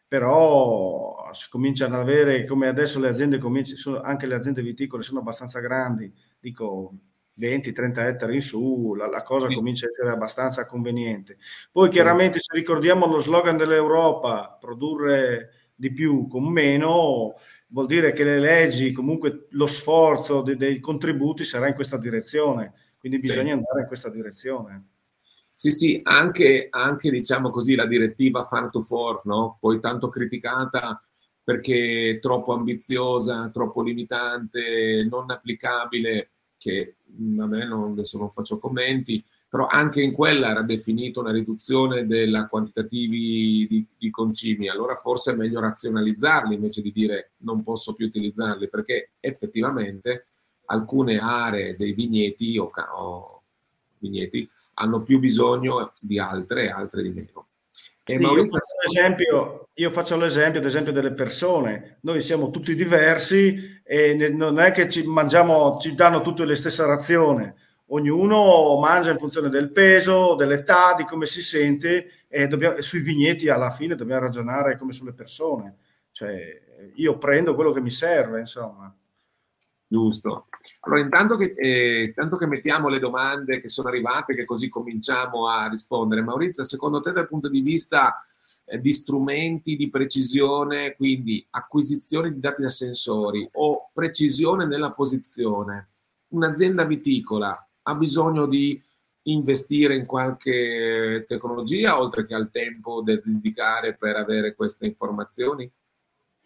S2: Però si cominciano ad avere, come adesso le aziende cominciano, anche le aziende viticole sono abbastanza grandi, dico venti trenta ettari in su, la, la cosa sì. comincia a essere abbastanza conveniente. Poi chiaramente se ricordiamo lo slogan dell'Europa, produrre di più con meno, vuol dire che le leggi, comunque lo sforzo dei, dei contributi sarà in questa direzione, quindi bisogna sì. andare in questa direzione.
S1: Sì, sì, anche, anche diciamo così la direttiva Farm to Fork, no? Poi tanto criticata perché troppo ambiziosa, troppo limitante, non applicabile, che a me non, adesso non faccio commenti, però anche in quella era definita una riduzione della quantitativi di, di concimi, allora forse è meglio razionalizzarli invece di dire non posso più utilizzarli, perché effettivamente alcune aree dei vigneti o, o vigneti hanno più bisogno di altre e altre di meno.
S2: E sì, Maurizio... io, faccio l'esempio, io faccio l'esempio, ad esempio, delle persone. Noi siamo tutti diversi e non è che ci mangiamo, ci danno tutte le stesse razioni. Ognuno mangia in funzione del peso, dell'età, di come si sente, e dobbiamo, sui vigneti alla fine dobbiamo ragionare come sulle persone. Cioè, io prendo quello che mi serve, insomma.
S1: Giusto. Allora, intanto che, eh, intanto che mettiamo le domande che sono arrivate, che così cominciamo a rispondere. Maurizio, secondo te dal punto di vista eh, di strumenti di precisione, quindi acquisizione di dati da sensori o precisione nella posizione, un'azienda viticola ha bisogno di investire in qualche tecnologia oltre che al tempo da dedicare per avere queste informazioni?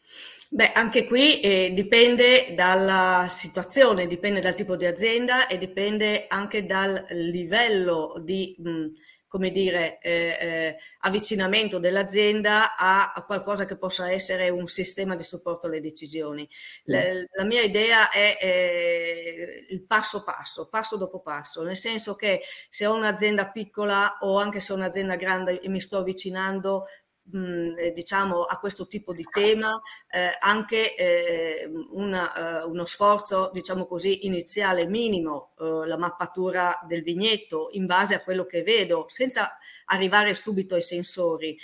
S3: Beh, anche qui eh, dipende dalla situazione, dipende dal tipo di azienda e dipende anche dal livello di, mh, come dire, eh, eh, avvicinamento dell'azienda a, a qualcosa che possa essere un sistema di supporto alle decisioni. La, la mia idea è eh, il passo passo, passo dopo passo, nel senso che se ho un'azienda piccola o anche se ho un'azienda grande e mi sto avvicinando mh, eh, diciamo a questo tipo di tema, eh, anche eh, una, eh, uno sforzo, diciamo così, iniziale minimo, eh, la mappatura del vigneto in base a quello che vedo, senza arrivare subito ai sensori,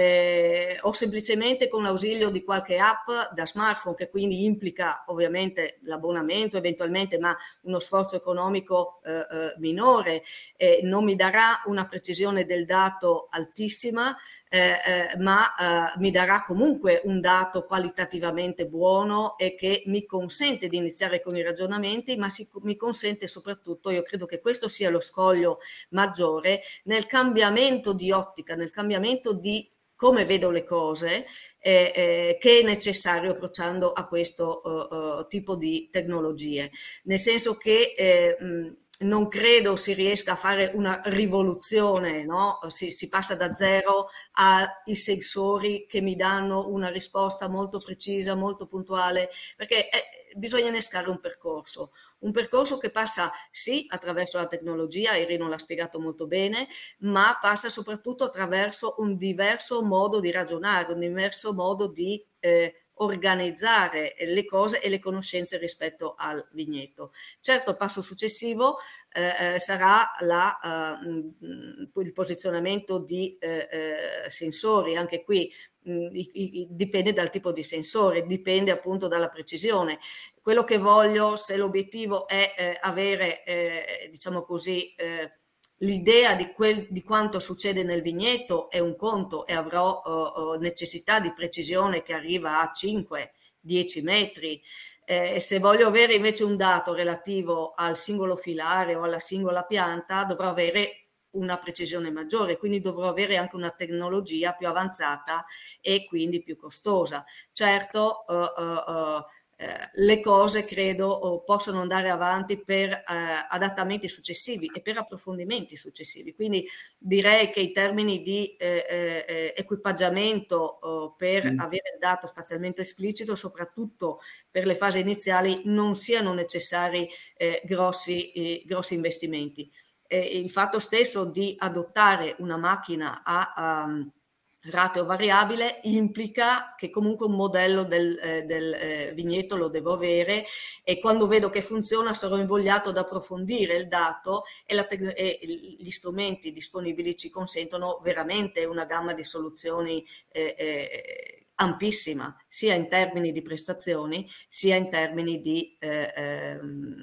S3: eh, o semplicemente con l'ausilio di qualche app da smartphone, che quindi implica ovviamente l'abbonamento eventualmente, ma uno sforzo economico eh, eh, minore, eh, non mi darà una precisione del dato altissima, eh, eh, ma eh, mi darà comunque un dato qualitativamente buono e che mi consente di iniziare con i ragionamenti, ma si, mi consente soprattutto, io credo che questo sia lo scoglio maggiore, nel cambiamento di ottica, nel cambiamento di come vedo le cose, eh, eh, che è necessario approcciando a questo uh, uh, tipo di tecnologie. Nel senso che eh, mh, non credo si riesca a fare una rivoluzione, no? Si, si passa da zero ai sensori che mi danno una risposta molto precisa, molto puntuale, perché eh, bisogna innescare un percorso, un percorso che passa sì attraverso la tecnologia, Irino l'ha spiegato molto bene, ma passa soprattutto attraverso un diverso modo di ragionare, un diverso modo di eh, organizzare le cose e le conoscenze rispetto al vigneto. Certo, il passo successivo eh, sarà la, uh, il posizionamento di eh, eh, sensori, anche qui mh, i, i, dipende dal tipo di sensore, dipende appunto dalla precisione. Quello che voglio, se l'obiettivo è eh, avere, eh, diciamo così, eh, l'idea di, quel, di quanto succede nel vigneto è un conto e avrò uh, necessità di precisione che arriva a cinque dieci metri. Eh, se voglio avere invece un dato relativo al singolo filare o alla singola pianta, dovrò avere una precisione maggiore, quindi dovrò avere anche una tecnologia più avanzata e quindi più costosa. Certo, uh, uh, uh, eh, le cose credo possono andare avanti per eh, adattamenti successivi e per approfondimenti successivi, quindi direi che i termini di eh, eh, equipaggiamento eh, per mm. avere il dato spazialmente esplicito, soprattutto per le fasi iniziali, non siano necessari eh, grossi, eh, grossi investimenti. Eh, il fatto stesso di adottare una macchina a, a rateo variabile implica che comunque un modello del, eh, del eh, vigneto lo devo avere e quando vedo che funziona sarò invogliato ad approfondire il dato e, la te- e gli strumenti disponibili ci consentono veramente una gamma di soluzioni eh, eh, ampissima, sia in termini di prestazioni sia in termini di eh, eh,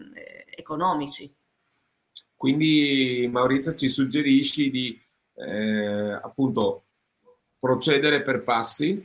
S3: economici.
S1: Quindi Maurizio ci suggerisci di eh, appunto procedere per passi,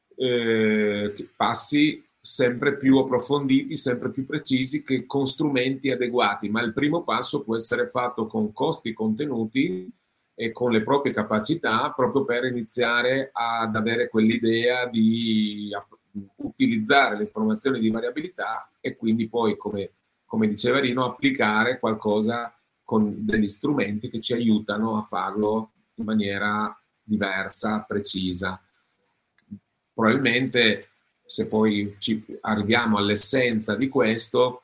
S1: eh, passi sempre più approfonditi, sempre più precisi, che con strumenti adeguati, ma il primo passo può essere fatto con costi contenuti e con le proprie capacità, proprio per iniziare ad avere quell'idea di utilizzare le informazioni di variabilità e quindi poi, come, come diceva Rino, applicare qualcosa con degli strumenti che ci aiutano a farlo in maniera diversa, precisa. Probabilmente, se poi ci arriviamo all'essenza di questo,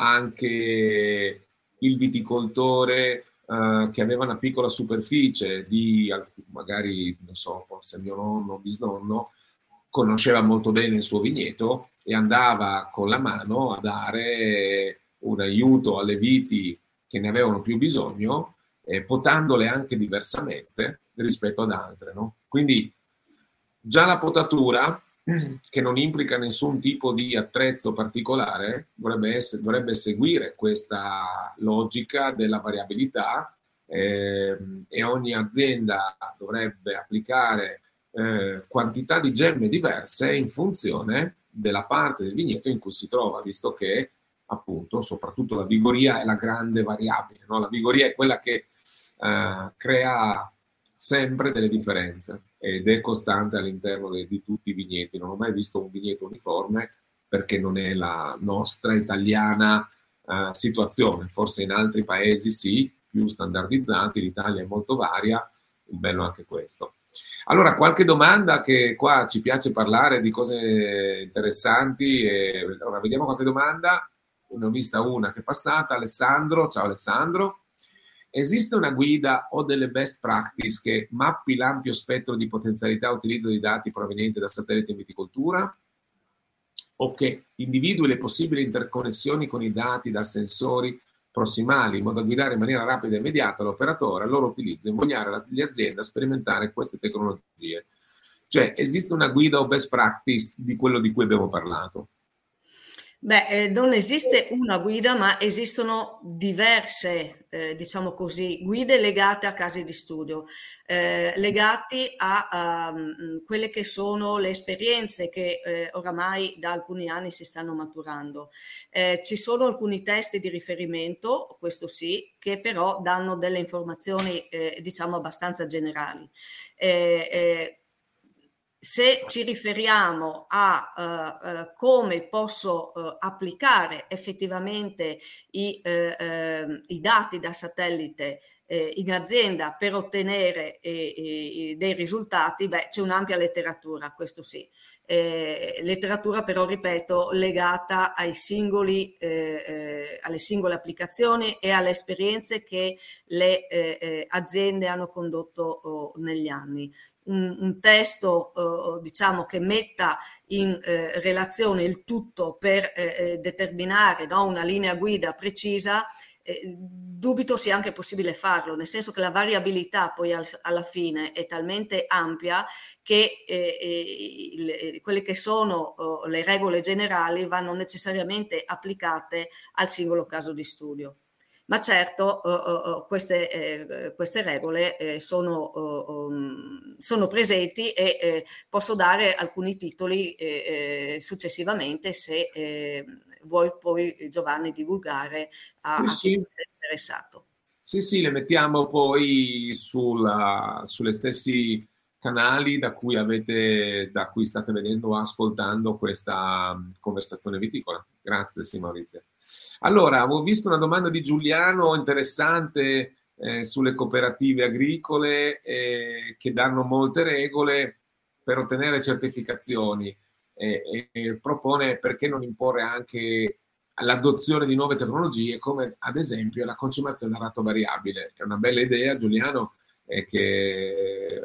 S1: anche il viticoltore eh, che aveva una piccola superficie di magari, non so, forse mio nonno, bisnonno, conosceva molto bene il suo vigneto e andava con la mano a dare un aiuto alle viti che ne avevano più bisogno, eh, potandole anche diversamente rispetto ad altre, no? Quindi già la potatura, che non implica nessun tipo di attrezzo particolare, dovrebbe, essere, dovrebbe seguire questa logica della variabilità eh, e ogni azienda dovrebbe applicare eh, quantità di gemme diverse in funzione della parte del vigneto in cui si trova, visto che appunto soprattutto la vigoria è la grande variabile, no? La vigoria è quella che eh, crea sempre delle differenze ed è costante all'interno de, di tutti i vigneti. Non ho mai visto un vigneto uniforme perché non è la nostra italiana uh, situazione. Forse in altri paesi sì, più standardizzati, l'Italia è molto varia, il bello è anche questo. Allora, qualche domanda, che qua ci piace parlare di cose interessanti. E, allora, vediamo qualche domanda. Ne ho vista una che è passata. Alessandro, ciao Alessandro. Esiste una guida o delle best practice che mappi l'ampio spettro di potenzialità utilizzo di dati provenienti da satelliti in viticoltura, o che individui le possibili interconnessioni con i dati da sensori prossimali in modo da guidare in maniera rapida e immediata l'operatore al loro utilizzo e invogliare le aziende a sperimentare queste tecnologie? Cioè, esiste una guida o best practice di quello di cui abbiamo parlato?
S3: Beh, eh, non esiste una guida, ma esistono diverse, eh, diciamo così, guide legate a casi di studio, eh, legati a, a um, quelle che sono le esperienze che eh, oramai da alcuni anni si stanno maturando. Eh, ci sono alcuni testi di riferimento, questo sì, che però danno delle informazioni, eh, diciamo, abbastanza generali. Eh, eh, Se ci riferiamo a uh, uh, come posso uh, applicare effettivamente i, uh, uh, i dati da satellite uh, in azienda per ottenere uh, uh, dei risultati, beh, c'è un'ampia letteratura, questo sì. Eh, letteratura però, ripeto, legata ai singoli, eh, eh, alle singole applicazioni e alle esperienze che le eh, eh, aziende hanno condotto oh, negli anni. Un, un testo eh, diciamo che metta in eh, relazione il tutto per eh, determinare, no, una linea guida precisa. Eh, dubito sia anche possibile farlo, nel senso che la variabilità poi al, alla fine è talmente ampia che eh, eh, le, quelle che sono oh, le regole generali vanno necessariamente applicate al singolo caso di studio. Ma certo, oh, oh, queste, eh, queste regole eh, sono, oh, um, sono presenti e eh, posso dare alcuni titoli eh, eh, successivamente se eh, vuoi poi, Giovanni, divulgare a,
S1: Sì,
S3: a chi
S1: sì.
S3: è interessato.
S1: Sì, sì, le mettiamo poi sulla, sulle stessi canali da cui avete, da cui state vedendo o ascoltando questa conversazione viticola. Grazie, sì, Maurizio. Allora, avevo visto una domanda di Giuliano interessante eh, sulle cooperative agricole eh, che danno molte regole per ottenere certificazioni eh, e propone perché non imporre anche all'adozione di nuove tecnologie, come ad esempio la concimazione a ratto variabile. È una bella idea, Giuliano, eh, che,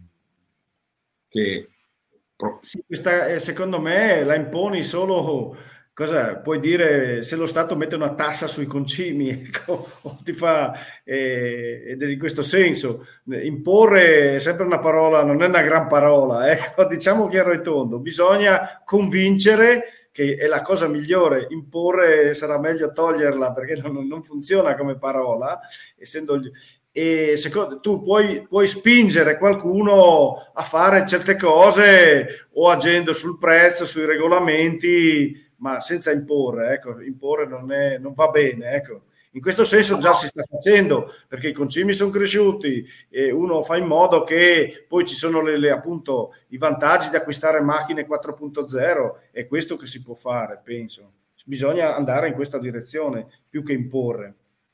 S1: che...
S2: Sì, questa, secondo me la imponi solo, cosa puoi dire, se lo Stato mette una tassa sui concimi, ecco, o ti fa, eh, ed è in questo senso, imporre è sempre una parola, non è una gran parola, ecco, diciamo chiaro e tondo, bisogna convincere, che è la cosa migliore. Imporre sarà meglio toglierla, perché non, non funziona come parola, essendo gli, e secondo, tu puoi, puoi spingere qualcuno a fare certe cose o agendo sul prezzo, sui regolamenti, ma senza imporre, ecco, imporre non, è, non va bene, ecco. In questo senso già si sta facendo, perché i concimi sono cresciuti e uno fa in modo che poi ci sono le, le, appunto i vantaggi di acquistare macchine quattro punto zero, è questo che si può fare, penso. Bisogna andare in questa direzione più che imporre.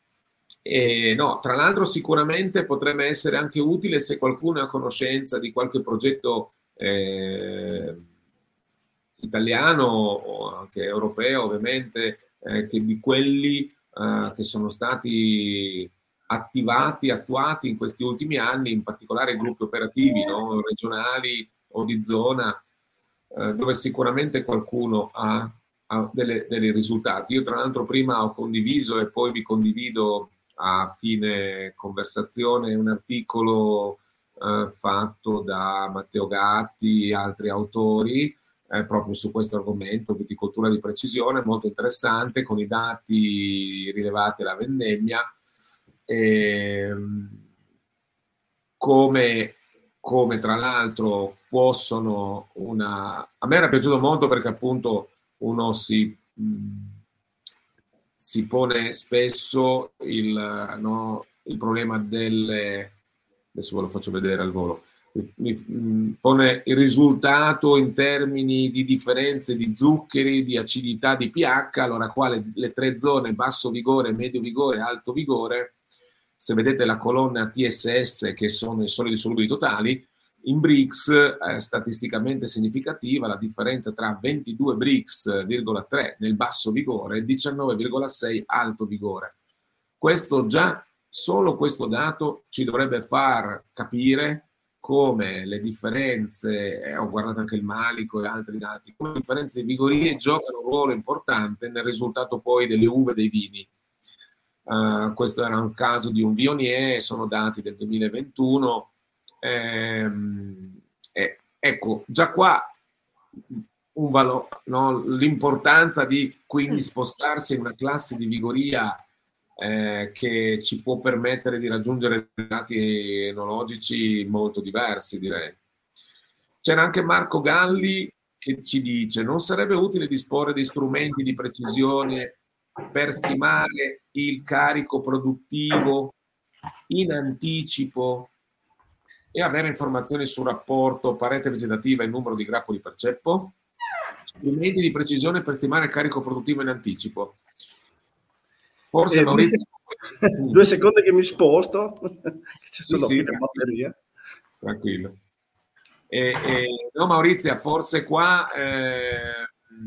S1: Eh, no, tra l'altro sicuramente potrebbe essere anche utile se qualcuno è a conoscenza di qualche progetto eh, italiano o anche europeo, ovviamente, eh, che di quelli eh, che sono stati attivati, attuati in questi ultimi anni, in particolare gruppi operativi, no, regionali o di zona, eh, dove sicuramente qualcuno ha, ha delle, dei risultati. Io tra l'altro prima ho condiviso e poi vi condivido a fine conversazione un articolo eh, fatto da Matteo Gatti e altri autori eh, proprio su questo argomento, viticoltura di precisione, molto interessante, con i dati rilevati alla vendemmia, e, come, come tra l'altro possono una... A me era piaciuto molto perché appunto uno si... Mh, si pone spesso il, no, il problema delle, adesso ve lo faccio vedere al volo, mi pone il risultato in termini di differenze di zuccheri, di acidità, di pH, allora quale le tre zone, basso vigore, medio vigore, alto vigore, se vedete la colonna T S S, che sono i solidi solubili totali, in Brix è statisticamente significativa la differenza tra ventidue Brix virgola tre nel basso vigore e diciannove virgola sei alto vigore. Questo già, solo questo dato ci dovrebbe far capire come le differenze, eh, ho guardato anche il Malico e altri dati, come le differenze di vigorie giocano un ruolo importante nel risultato poi delle uve e dei vini. Uh, questo era un caso di un Viognier, sono dati del duemilaventuno. Ehm, eh, ecco, già qua un valore, no? L'importanza di quindi spostarsi in una classe di vigoria eh, che ci può permettere di raggiungere dati enologici molto diversi, direi. C'era anche Marco Galli che ci dice: non sarebbe utile disporre di strumenti di precisione per stimare il carico produttivo in anticipo e avere informazioni sul rapporto parete vegetativa e numero di grappoli per ceppo? Strumenti di precisione per stimare il carico produttivo in anticipo. Forse
S2: eh,
S1: Maurizio...
S2: Due secondi che mi sposto.
S1: Sì, sì, tranquillo. tranquillo. E, e, no, Maurizia, forse qua eh,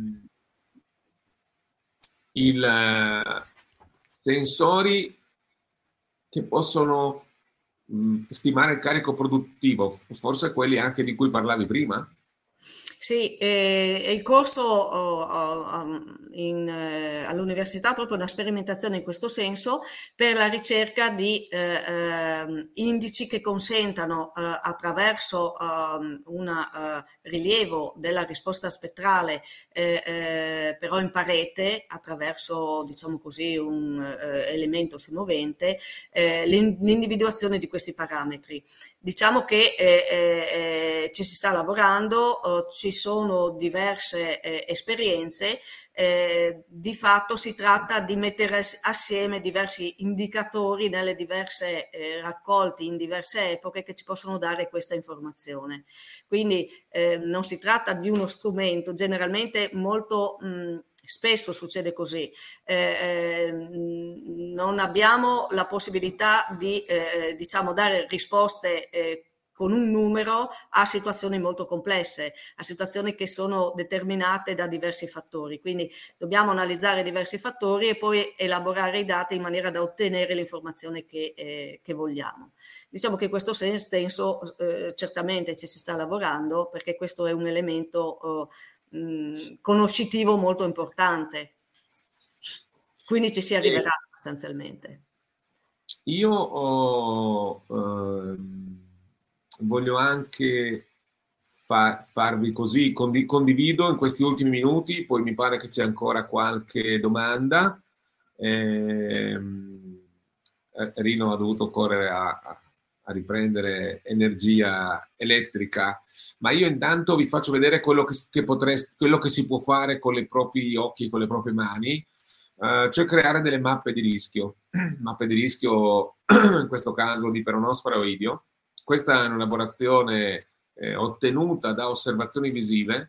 S1: il eh, sensori che possono stimare il carico produttivo, forse quelli anche di cui parlavi prima?
S3: Sì, eh, il corso oh, oh, in, eh, all'università ha proprio una sperimentazione in questo senso per la ricerca di eh, eh, indici che consentano eh, attraverso eh, un eh, rilievo della risposta spettrale eh, eh, però in parete attraverso, diciamo così, un eh, elemento semovente, eh, l'individuazione di questi parametri. Diciamo che eh, eh, ci si sta lavorando, eh, ci sono diverse eh, esperienze, eh, di fatto si tratta di mettere assieme diversi indicatori nelle diverse eh, raccolti in diverse epoche che ci possono dare questa informazione. Quindi eh, non si tratta di uno strumento, generalmente molto mh, spesso succede così, eh, non abbiamo la possibilità di eh, diciamo dare risposte eh, con un numero a situazioni molto complesse, a situazioni che sono determinate da diversi fattori, quindi dobbiamo analizzare diversi fattori e poi elaborare i dati in maniera da ottenere l'informazione che, eh, che vogliamo. Diciamo che in questo senso eh, certamente ci si sta lavorando, perché questo è un elemento eh, conoscitivo molto importante, quindi ci si arriverà sostanzialmente.
S1: Io ho, eh, voglio anche fa, farvi così, condi, condivido in questi ultimi minuti, poi mi pare che c'è ancora qualche domanda. Eh, Rino ha dovuto correre a, a a riprendere energia elettrica, ma io intanto vi faccio vedere quello che, che, potreste, quello che si può fare con i propri occhi, con le proprie mani, uh, cioè creare delle mappe di rischio, mappe di rischio in questo caso di peronospora oidio. Questa è un'elaborazione eh, ottenuta da osservazioni visive,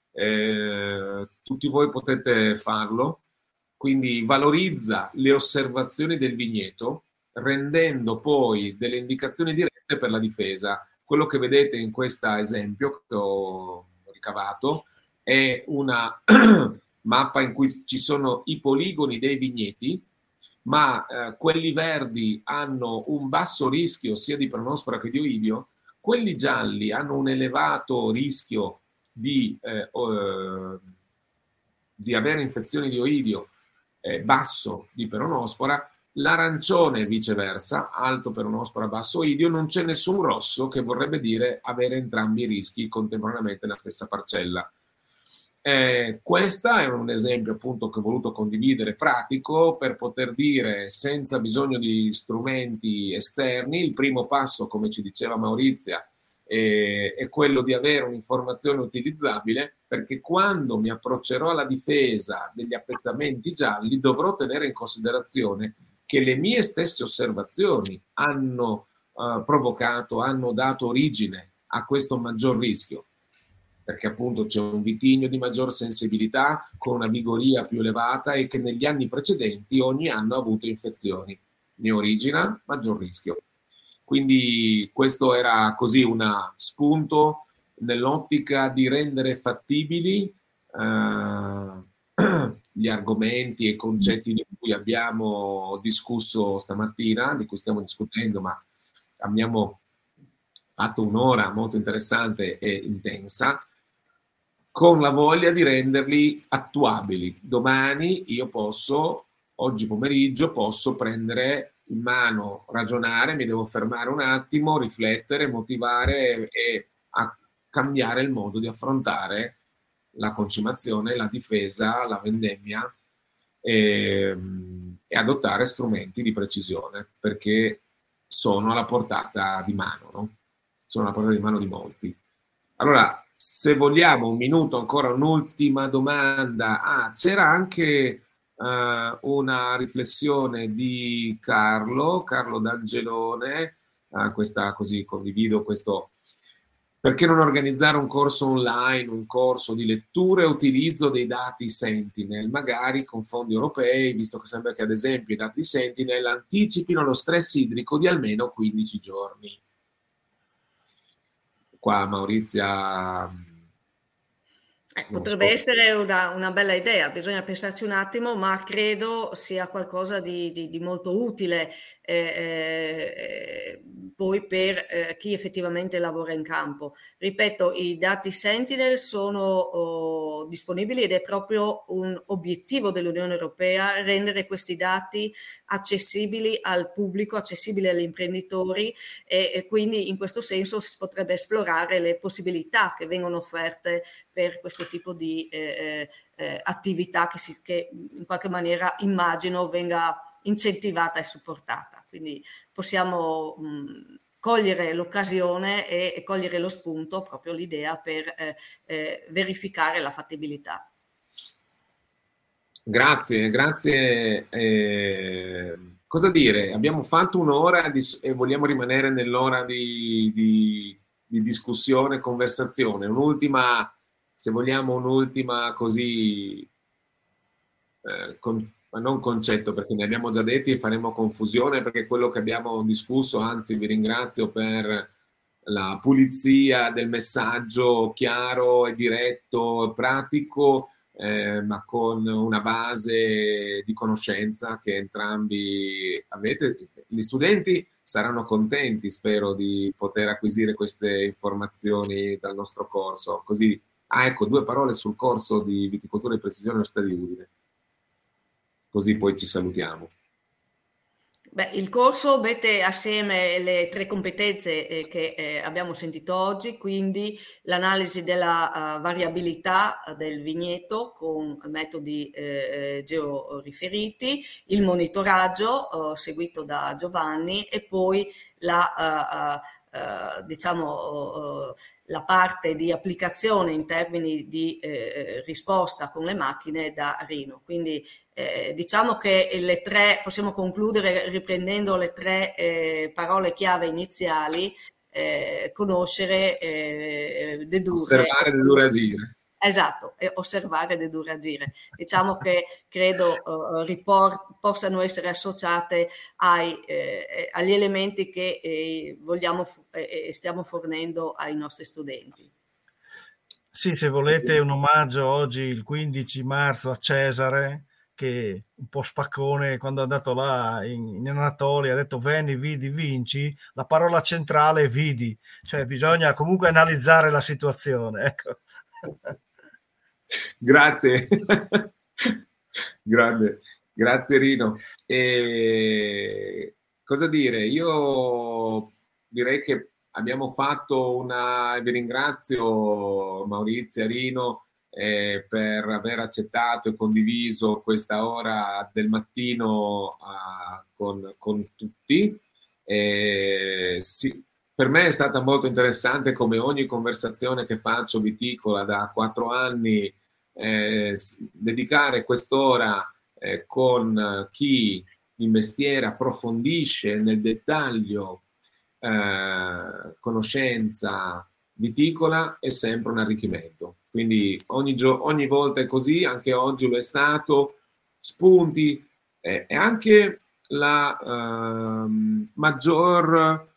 S1: eh, tutti voi potete farlo, quindi valorizza le osservazioni del vigneto, rendendo poi delle indicazioni dirette per la difesa. Quello che vedete in questo esempio che ho ricavato è una mappa in cui ci sono i poligoni dei vigneti, ma eh, quelli verdi hanno un basso rischio sia di peronospora che di oidio, quelli gialli hanno un elevato rischio di, eh, eh, di avere infezioni di oidio, eh, basso di peronospora. L'arancione viceversa, alto peronospora, basso oidio, non c'è nessun rosso, che vorrebbe dire avere entrambi i rischi contemporaneamente nella stessa parcella. Eh, questo è un esempio appunto che ho voluto condividere pratico per poter dire senza bisogno di strumenti esterni. Il primo passo, come ci diceva Maurizia, eh, è quello di avere un'informazione utilizzabile, perché quando mi approccerò alla difesa degli appezzamenti gialli dovrò tenere in considerazione che le mie stesse osservazioni hanno eh, provocato, hanno dato origine a questo maggior rischio, perché appunto c'è un vitigno di maggior sensibilità con una vigoria più elevata e che negli anni precedenti ogni anno ha avuto infezioni. Ne origina maggior rischio. Quindi questo era così un spunto nell'ottica di rendere fattibili eh, gli argomenti e i concetti di cui abbiamo discusso stamattina, di cui stiamo discutendo, ma abbiamo fatto un'ora molto interessante e intensa, con la voglia di renderli attuabili. Domani io posso, oggi pomeriggio, posso prendere in mano, ragionare, mi devo fermare un attimo, riflettere, motivare e a cambiare il modo di affrontare la concimazione, la difesa, la vendemmia e, e adottare strumenti di precisione, perché sono alla portata di mano, no? Sono alla portata di mano di molti. Allora, se vogliamo un minuto ancora, un'ultima domanda. Ah, c'era anche uh, una riflessione di Carlo, Carlo D'Angelone, uh, questa, così condivido questo. Perché non organizzare un corso online, un corso di lettura e utilizzo dei dati Sentinel, magari con fondi europei, visto che sembra che ad esempio i dati Sentinel anticipino lo stress idrico di almeno quindici giorni. Qua Maurizia...
S3: Eh, potrebbe so. essere una, una bella idea, bisogna pensarci un attimo, ma credo sia qualcosa di, di, di molto utile eh, eh, poi per eh, chi effettivamente lavora in campo. Ripeto, i dati Sentinel sono oh, disponibili ed è proprio un obiettivo dell'Unione Europea rendere questi dati accessibili al pubblico, accessibili agli imprenditori e, e quindi in questo senso si potrebbe esplorare le possibilità che vengono offerte per questo tipo di eh, eh, attività che, si, che in qualche maniera immagino venga incentivata e supportata. Quindi possiamo mh, cogliere l'occasione e, e cogliere lo spunto, proprio l'idea per eh, eh, verificare la fattibilità.
S1: Grazie, grazie. Eh, cosa dire? Abbiamo fatto un'ora di, e vogliamo rimanere nell'ora di, di, di discussione, conversazione. Un'ultima, se vogliamo, un'ultima così, eh, con, ma non concetto, perché ne abbiamo già detti e faremo confusione, perché quello che abbiamo discusso, anzi vi ringrazio per la pulizia del messaggio chiaro e diretto e pratico, Eh, ma con una base di conoscenza che entrambi avete. Gli studenti saranno contenti, spero, di poter acquisire queste informazioni dal nostro corso. Così, ah, ecco, due parole sul corso di viticoltura e precisione Università di Udine. Così poi ci salutiamo.
S3: Beh, il corso mette assieme le tre competenze eh, che eh, abbiamo sentito oggi, quindi l'analisi della uh, variabilità del vigneto con metodi eh, georiferiti, il monitoraggio uh, seguito da Giovanni e poi la, uh, uh, diciamo, uh, la parte di applicazione in termini di eh, risposta con le macchine da Rino. Quindi Eh, diciamo che le tre, possiamo concludere riprendendo le tre eh, parole chiave iniziali, eh, conoscere, eh, dedurre.
S1: Osservare, dedurre, agire.
S3: Esatto, e osservare, dedurre, agire. Diciamo che credo uh, report, possano essere associate ai, eh, agli elementi che eh, vogliamo e eh, stiamo fornendo ai nostri studenti.
S2: Sì, se volete un omaggio oggi, il quindici marzo, a Cesare, che un po' spaccone, quando è andato là in, in Anatolia, ha detto veni, vidi, vinci, la parola centrale è vidi, cioè bisogna comunque analizzare la situazione, ecco.
S1: Grazie. Grande, grazie Rino. E cosa dire? Io direi che abbiamo fatto una, vi ringrazio Maurizio, Rino, Eh, per aver accettato e condiviso questa ora del mattino uh, con, con tutti. Eh, sì, per me è stata molto interessante, come ogni conversazione che faccio viticola da quattro anni, eh, dedicare quest'ora eh, con chi il mestiere approfondisce nel dettaglio eh, conoscenza viticola è sempre un arricchimento. Quindi ogni, gio- ogni volta è così, anche oggi lo è stato, spunti eh, e anche la eh, maggior,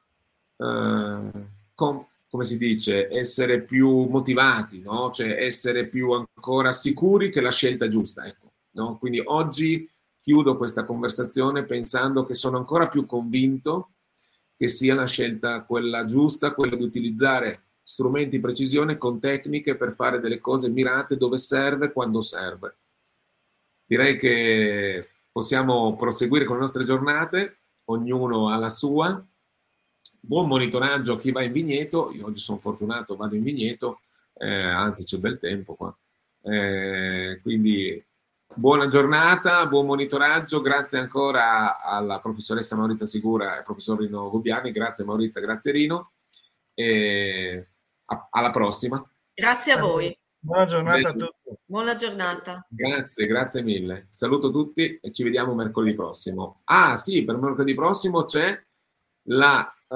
S1: eh, com- come si dice, essere più motivati, no? Cioè essere più ancora sicuri che la scelta è giusta. Ecco, no? Quindi oggi chiudo questa conversazione pensando che sono ancora più convinto che sia la scelta quella giusta, quella di utilizzare strumenti di precisione con tecniche per fare delle cose mirate dove serve, quando serve. Direi che possiamo proseguire con le nostre giornate, ognuno ha la sua. Buon monitoraggio a chi va in vigneto. Io oggi sono fortunato, vado in vigneto, eh, anzi c'è bel tempo qua. Eh, quindi buona giornata, buon monitoraggio, grazie ancora alla professoressa Maurizia Sigura e al professor Rino Gubbiani, grazie Maurizia, grazie Rino, e alla prossima.
S3: Grazie a voi.
S2: Buona giornata a tutti.
S3: Buona giornata.
S1: Grazie, grazie mille. Saluto tutti e ci vediamo mercoledì prossimo. Ah sì, per mercoledì prossimo c'è la, uh,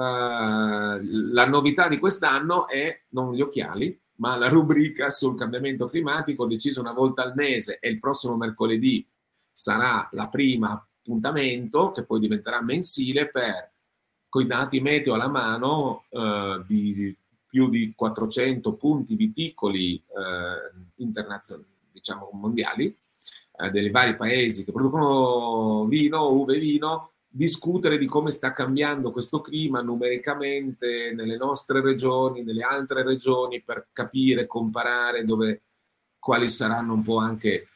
S1: la novità di quest'anno è non gli occhiali, ma la rubrica sul cambiamento climatico deciso una volta al mese, e il prossimo mercoledì sarà la prima appuntamento che poi diventerà mensile per, coi dati meteo alla mano, uh, di più di quattrocento punti viticoli uh, internazionali, diciamo mondiali, uh, dei vari paesi che producono vino, uve e vino, discutere di come sta cambiando questo clima numericamente nelle nostre regioni, nelle altre regioni, per capire, comparare dove, quali saranno un po' anche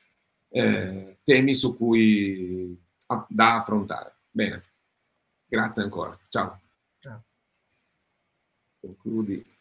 S1: eh, temi su cui ah, da affrontare. Bene, grazie ancora. Ciao.
S2: Ciao.
S1: Concludi.